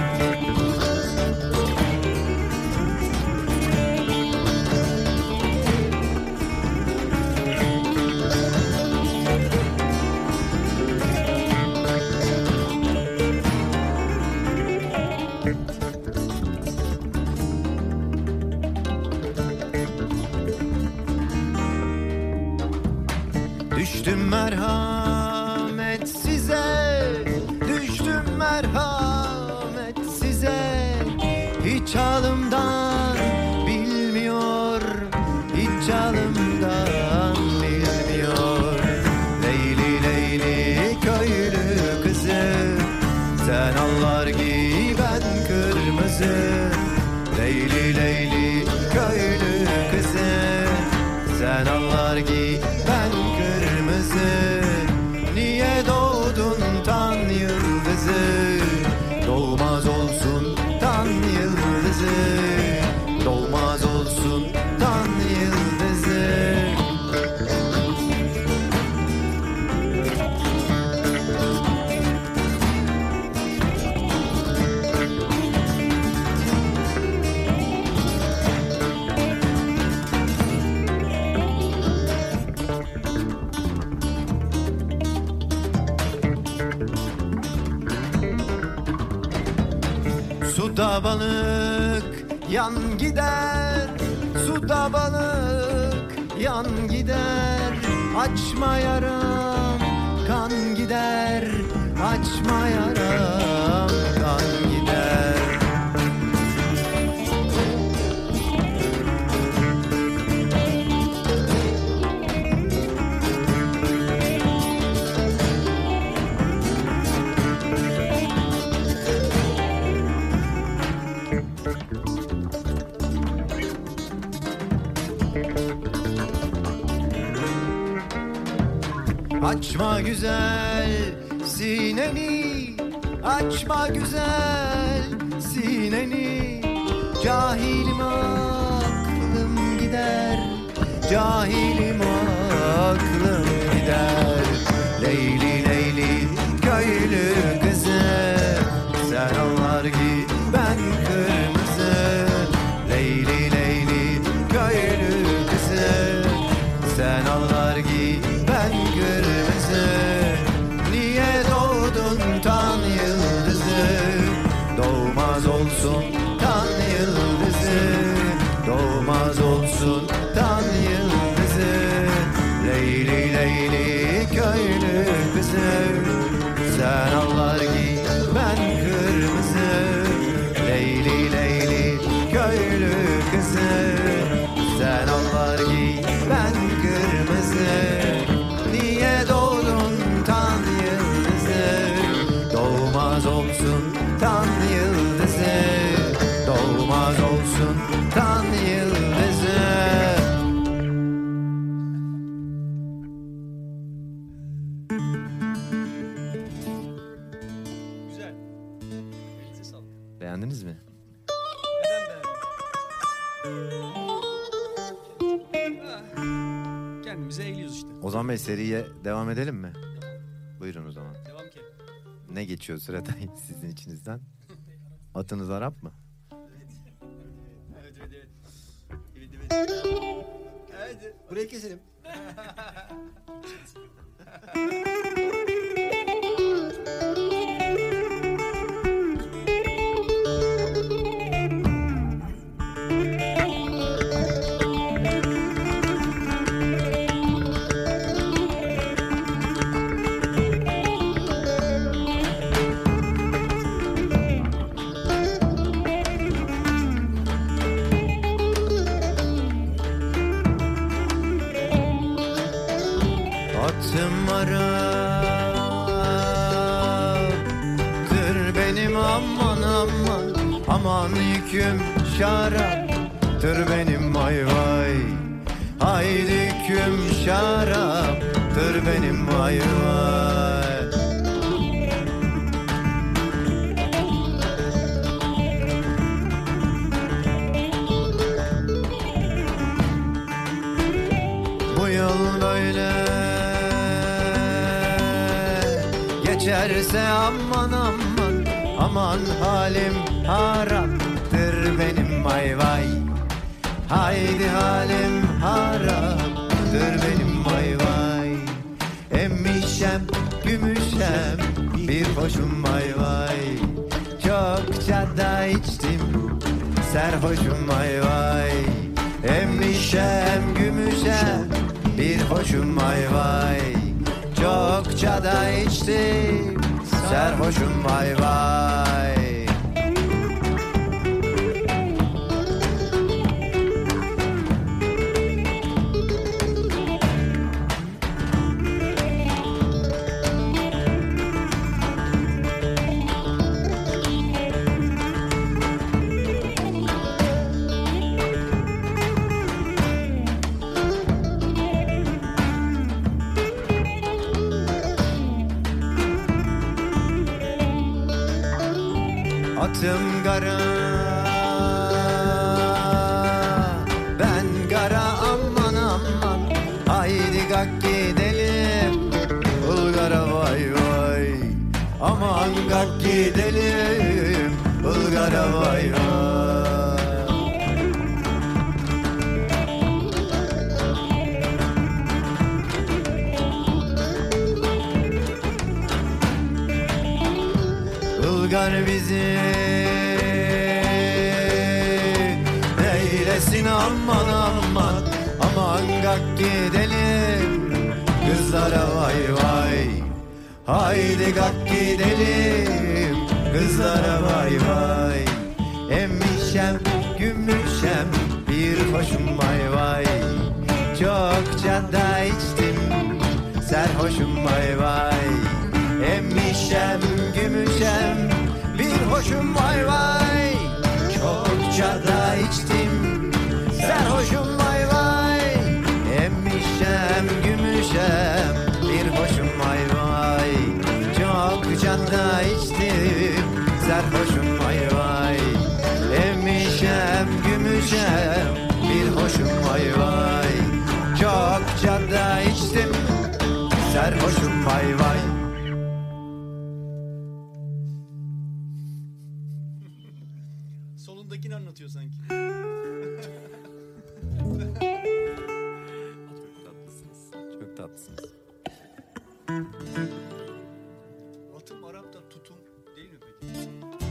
Düştüm merhamet size, düştüm merhamet size. Hiç halımdan bilmiyor, hiç halımdan bilmiyor. Leyli leyli köylü kızı, sen allar giy ben kırmızı. Leyli leyli köylü kızı, sen allar giy ben kırmızı. Niye doğdun tan yıldızı? Doğmaz olsun tan yıldızı. Doğmaz olsun tan yıldızı. Suda balık yan gider, suda balık yan gider. Açma yaram kan gider, açma yaram kan gider. Açma güzel sineni, açma güzel sineni. Cahilim aklım gider, cahilim aklım gider. Leyli leyli köylü kızı, sen allar giy ben kırmızı. Leyli leyli köylü kızı, sen allar giy ben kırmızı. Niye doğdun tan yıldızı? Doğmaz olsun tan yıldızı. Doğmaz olsun tan yıldızı. Leyli leyli köylü kızı, sen allar giy ben kırmızı. Leyli leyli köylü kızı, sen allar giy ben kırmızı. Niye doğdun tan yıldızı? Doğmaz olsun tan yıldızı. Doğmaz olsun tan yıldızı. Güzel. Elinize sağlık. Beğendiniz mi? Neden beğendin? Ah, kendimize eğiliyoruz işte. Ozan Bey, seriye devam edelim mi? Buyurun o zaman. Devam ki. Ne geçiyor sırada sizin içinizden? Atınız Arap mı? Evet evet evet. Evet evet. Evet. Burayı keselim. Atım Arap'tır benim aman aman. Aman yüküm şaraptır benim vay vay. Haydi yüküm şaraptır benim vay vay. geçerse aman aman, aman halim haraptır benim vay vay. Haydi halim haraptır benim vay vay. Emmişem gümüşem bir hoşum vay vay. Çokça da içtim serhoşum vay vay. Emmişem gümüşem bir hoşum vay vay. Çokça da içtim serhoşum vay vay. Atım gara, ben gara aman aman. Haydi kalk gidelim Bulgar'a vay vay. Aman kalk gidelim Bulgar'a vay vay. Bulgar bizi eylesin aman aman. Aman kalk gidelim kızlara vay vay. Haydi kalk gidelim kızlara vay vay. Emmişem gümüşem bir hoşum vay vay. Çokça da içtim serhoşum vay vay. Emmişem gümüşem bir hoşum vay vay. Çokça da içtim serhoşum vay vay. Emmişem gümüşem bir hoşum vay vay. Çokça da içtim serhoşum vay vay. Emmişem gümüşem bir hoşum vay vay. Çokça da içtim serhoşum vay vay. Solundakini anlatıyor sanki. Çok tatlısınız. Çok tatlısınız. Atım Arap'ta tutum değil mi peki?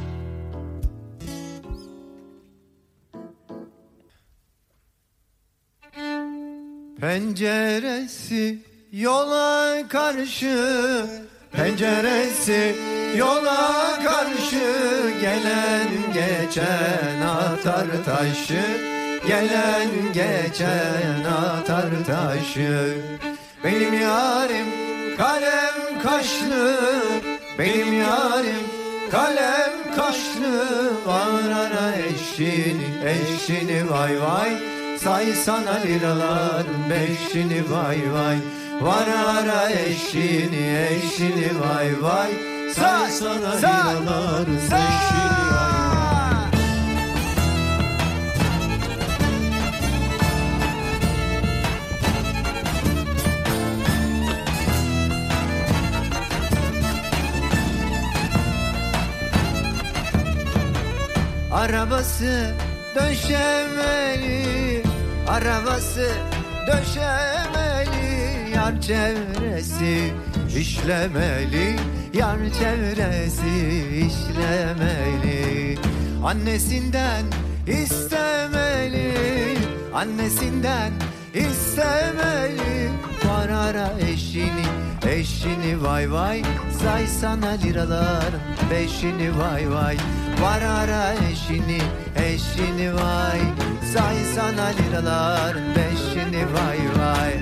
Penceresi yola karşı, penceresi yola karşı. Gelen geçen atar taşı, gelen geçen atar taşı. Benim yarim kalem kaşlı, benim yarim kalem kaşlı. Var ara eşini, eşini vay vay. Say sana liralar beşini vay vay. Var ara eşini, eşini vay vay. Say sana liralar beşini vay vay. Arabası döşemeli, arabası döşemeli. Yar çevresi işlemeli, yar çevresi işlemeli. Annesinden istemeli, annesinden istemeli. Var ara eşini, eşini vay vay. Say sana liralar beşini vay vay. Var ara eşini, eşini vay. Say sana liralar beşini vay vay.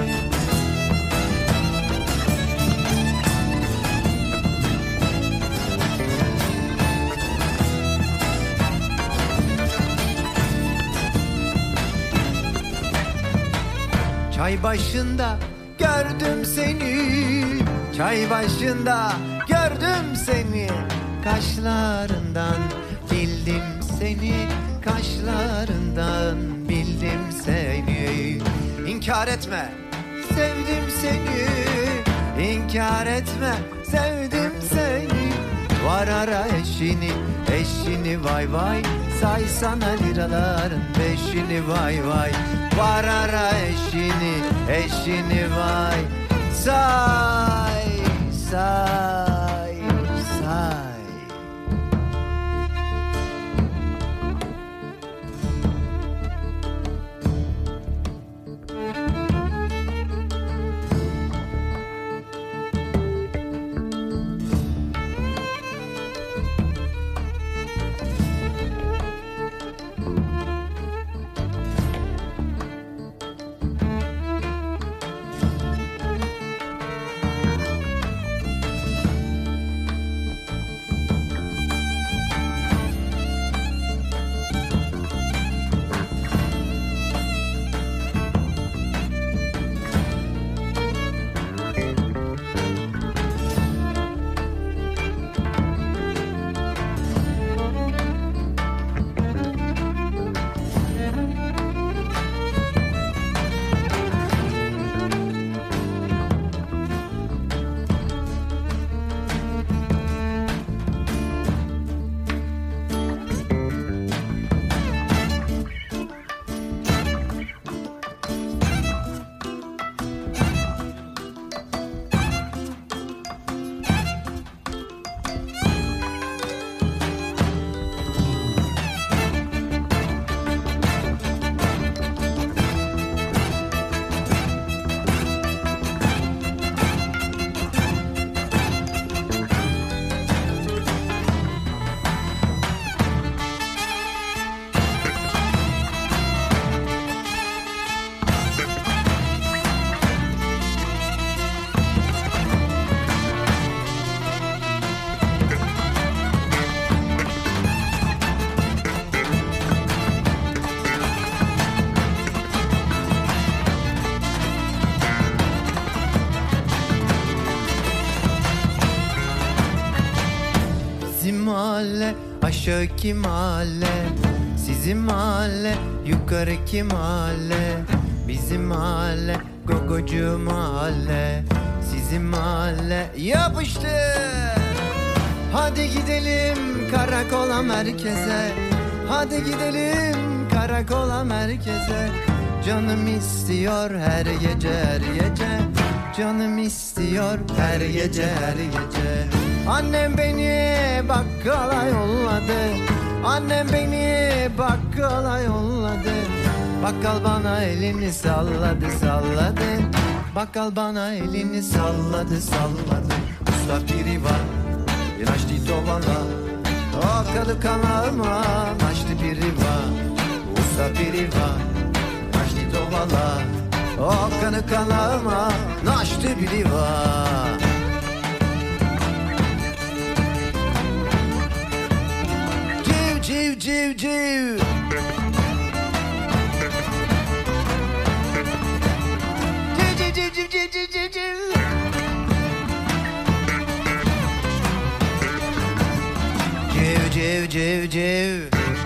Çay başında gördüm seni, çay başında gördüm seni. Kaşlarından bildim seni, kaşlarından bildim seni. İnkar etme, sevdim seni. İnkar inkar etme, sevdim seni. Var ara eşini, eşini vay vay, say sana liraların beşini vay vay. Var ara eşini, eşini vay, say, say, say. Mahalle, aşağıki mahalle, sizin mahalle, yukarıki mahalle, bizim mahalle, gogocu mahalle, sizin mahalle, yapıştı. Hadi gidelim karakola merkeze, hadi gidelim karakola merkeze. Canım istiyor her gece her gece, canım istiyor her gece her gece. Annem beni bakkala yolladı, annem beni bakkala yolladı. Bakkal bana elini salladı salladı, bakkal bana elini salladı salladı. Usta biri var, inaçtı tovala, o kadı kanalma, naçtı biri var. Usta biri var, inaçtı tovala, o kadı kanalma, naçtı biri var. Civ civ civ. Civ civ civ civ civ civ civ. Civ civ civ civ.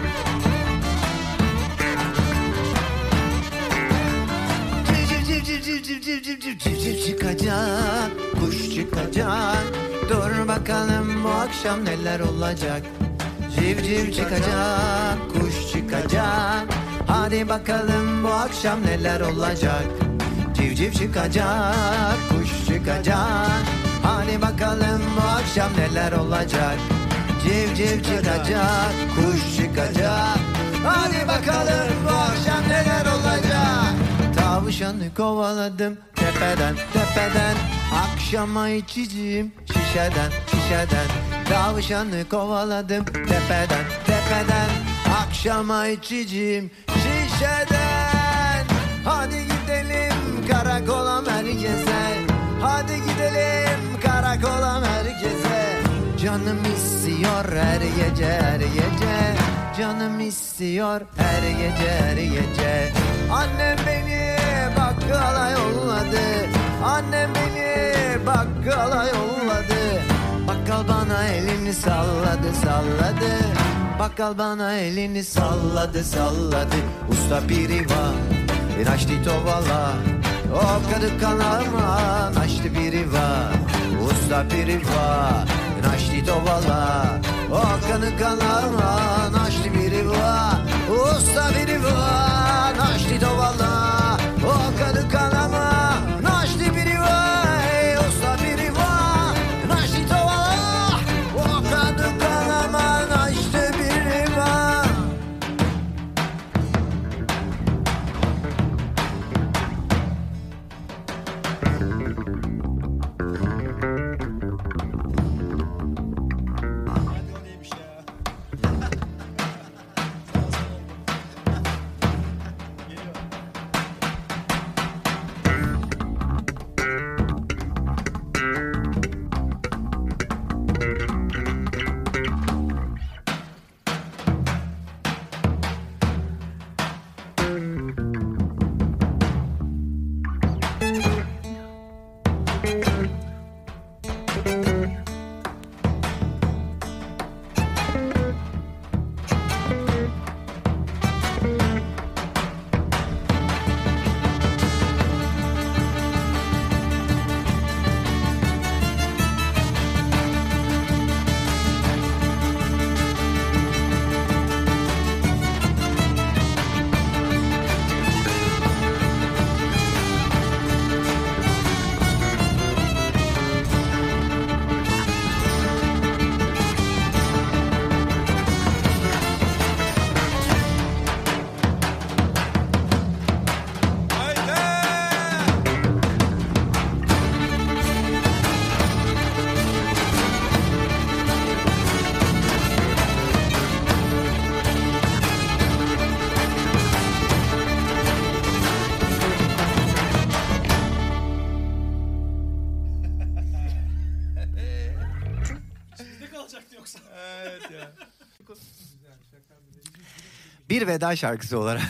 Civ civ civ civ civ civ civ civ civ çıkacak, kuş çıkacak. Dur bakalım bu akşam neler olacak. Civciv çıkacak, kuş çıkacak. Hadi bakalım bu akşam neler olacak. Civciv çıkacak, kuş çıkacak. Hadi bakalım bu akşam neler olacak. Civciv çıkacak, kuş çıkacak. Hadi bakalım bu akşam neler olacak. Tavşanı kovaladım tepeden tepeden. Akşama içeceğim şişeden şişeden. Tavşanı kovaladım tepeden tepeden. Akşama içeceğim şişeden. Hadi gidelim karakola merkeze, hadi gidelim karakola merkeze. Canım istiyor her gece her gece, canım istiyor her gece her gece. Annem beni bakkala yolladı, annem beni bakkala yolladı. Bakkal bana elini salladı salladı, bakkal bana elini salladı salladı. Usta biri var, inaçtı tovala, o kadı kanalma, naçtı biri var. usta piriva, naști tovala, o kanı kanala, naști piriva, usta piriva, naști tovala, o kanı kanala, naști piriva, usta piriva, naști tovala, o kanı kanala, naști piriva. Bir veda şarkısı olarak.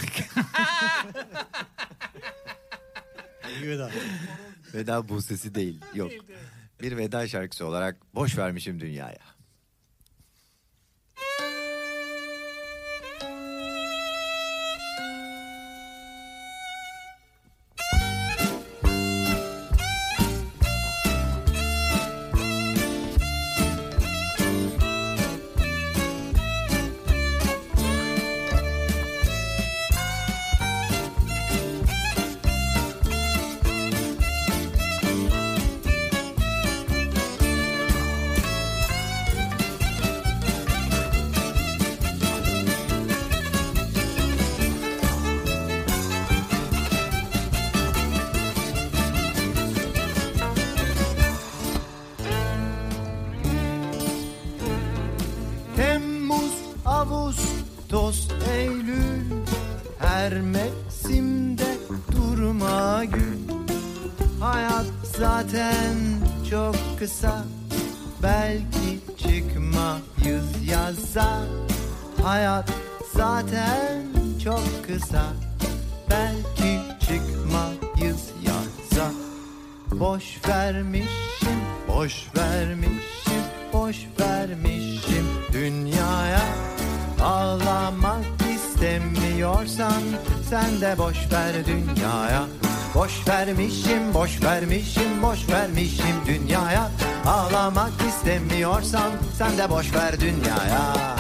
Veda. Veda bu sesi değil. Yok. Bir veda şarkısı olarak boş vermişim dünyaya. Ağustos, Eylül, her mevsimde durma gül. Hayat zaten çok kısa, belki çıkmayız yaza. Hayat zaten çok kısa, belki çıkmayız yaza. Boş vermişim, boş vermişim, boş vermişim dünyaya. Ağlamak istemiyorsan sen de boş ver dünyaya. Boş vermişim, boş vermişim, boş vermişim dünyaya. Ağlamak istemiyorsan sen de boş ver dünyaya.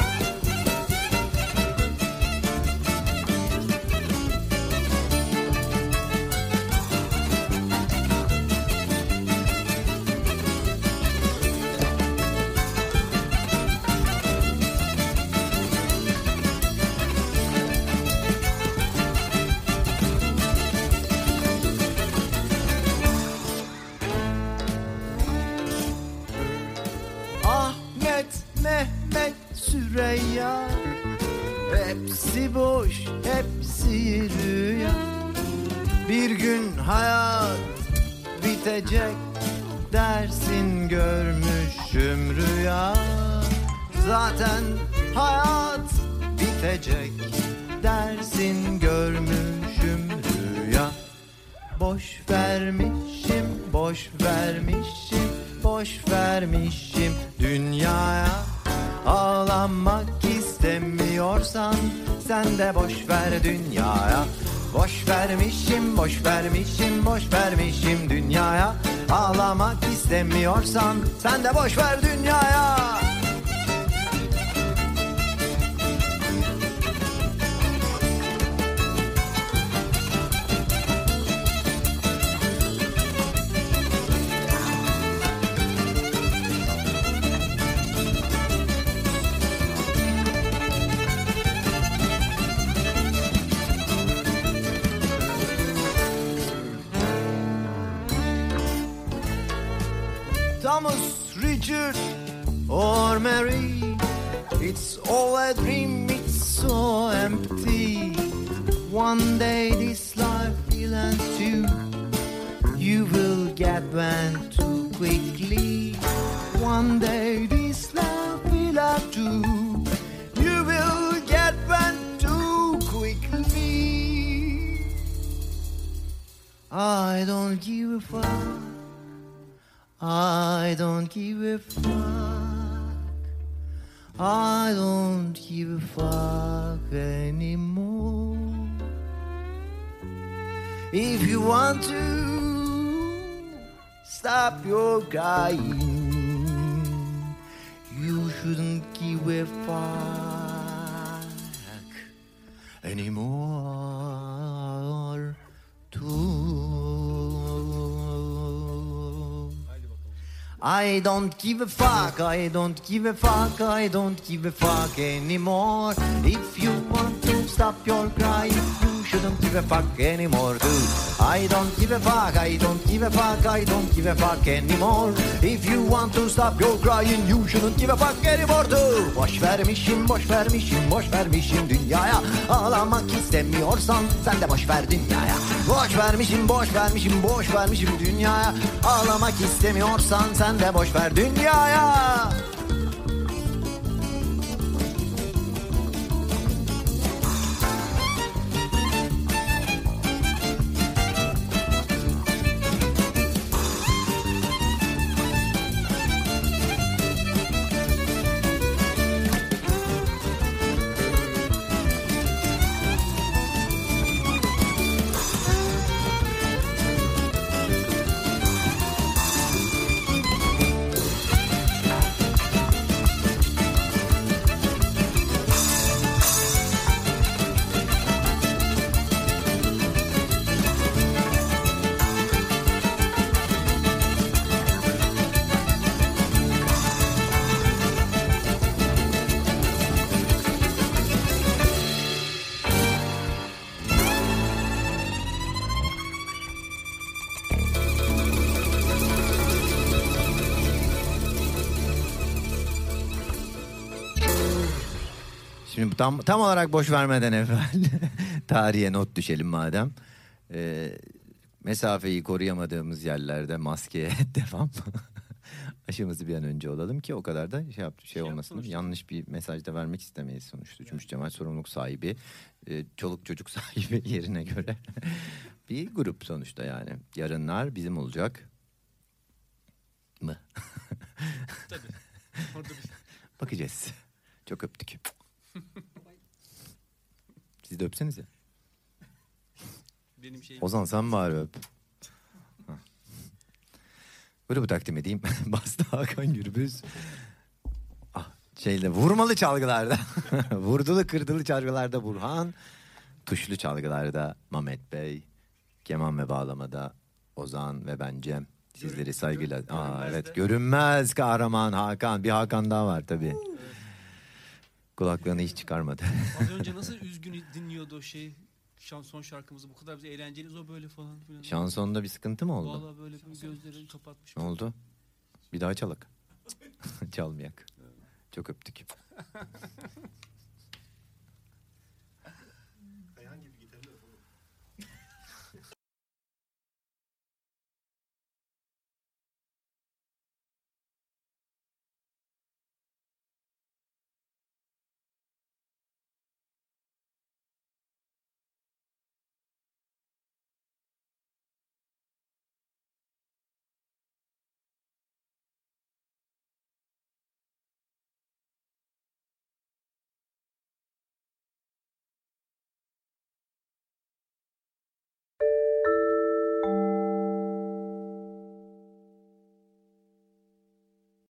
Mehmet, Süreyya, hepsi boş, hepsi rüya. Bir gün hayat bitecek dersin, görmüşüm rüya. Zaten hayat bitecek dersin, görmüşüm rüya. Boş vermişim, boş vermişim, boş vermişim dünyaya. Ağlamak istemiyorsan sen de boş ver dünyaya. Boş vermişim, boş vermişim, boş vermişim dünyaya. Ağlamak istemiyorsan sen de boş ver dünyaya. Thomas, Richard, or Mary, it's all a dream, it's so empty. One day this life will end too. You will get bent too quickly. One day this life will end too. You will get bent too quickly. I don't give a fuck. I don't give a fuck. I don't give a fuck anymore. If you want to stop your crying, you shouldn't give a fuck anymore too. I don't give a fuck, I don't give a fuck, I don't give a fuck anymore. If you want to stop your crying, you shouldn't give a fuck anymore too. I don't give a fuck, I don't give a fuck, I don't give a fuck anymore. If you want to stop your crying, you shouldn't give a fuck anymore too. Boş vermişim, boş vermişim, boş vermişim dünyaya. Ağlamak istemiyorsan sen de boş ver dünyaya. Boş vermişim, boş vermişim, boş vermişim dünyaya. Ağlamak istemiyorsan sen de boş ver dünyaya. Şimdi tam tam olarak boş vermeden evvel tarihe not düşelim madem. Ee, mesafeyi koruyamadığımız yerlerde maskeye devam. Aşımızı bir an önce olalım ki o kadar da şey, yap, şey, şey olmasın. Yanlış bir mesaj da vermek istemeyiz sonuçta. Çünkü Cemal sorumluluk sahibi, e, çoluk çocuk sahibi yerine göre bir grup sonuçta yani. Yarınlar bizim olacak mı? Tabii. Orada bir... Bakacağız. Çok öptük. Siz de öpsenize. Benim şeyim... Ozan sen bari öp. Grubu takdim edeyim. Bastı Hakan Gürbüz. Ah, şeyle vurmalı çalgılarda. Vurdulu kırdılı çalgılarda Burhan. Tuşlu çalgılarda Mehmet Bey. Keman ve bağlamada Ozan ve ben Cem. Sizleri saygıyla... Görün, Aa, evet de. Görünmez kahraman Hakan. Bir Hakan daha var tabii. Evet. Kulaklarını hiç çıkarmadı. Az önce nasıl üzgün dinliyordu o şey... Şanson şarkımızı bu kadar bize eğlenceliyiz o böyle falan filan. Şansonda bir sıkıntı mı oldu? Vallahi böyle gözlerini kapatmış. Ne oldu? Bir daha çalak. Çalmayak. Çok öptük.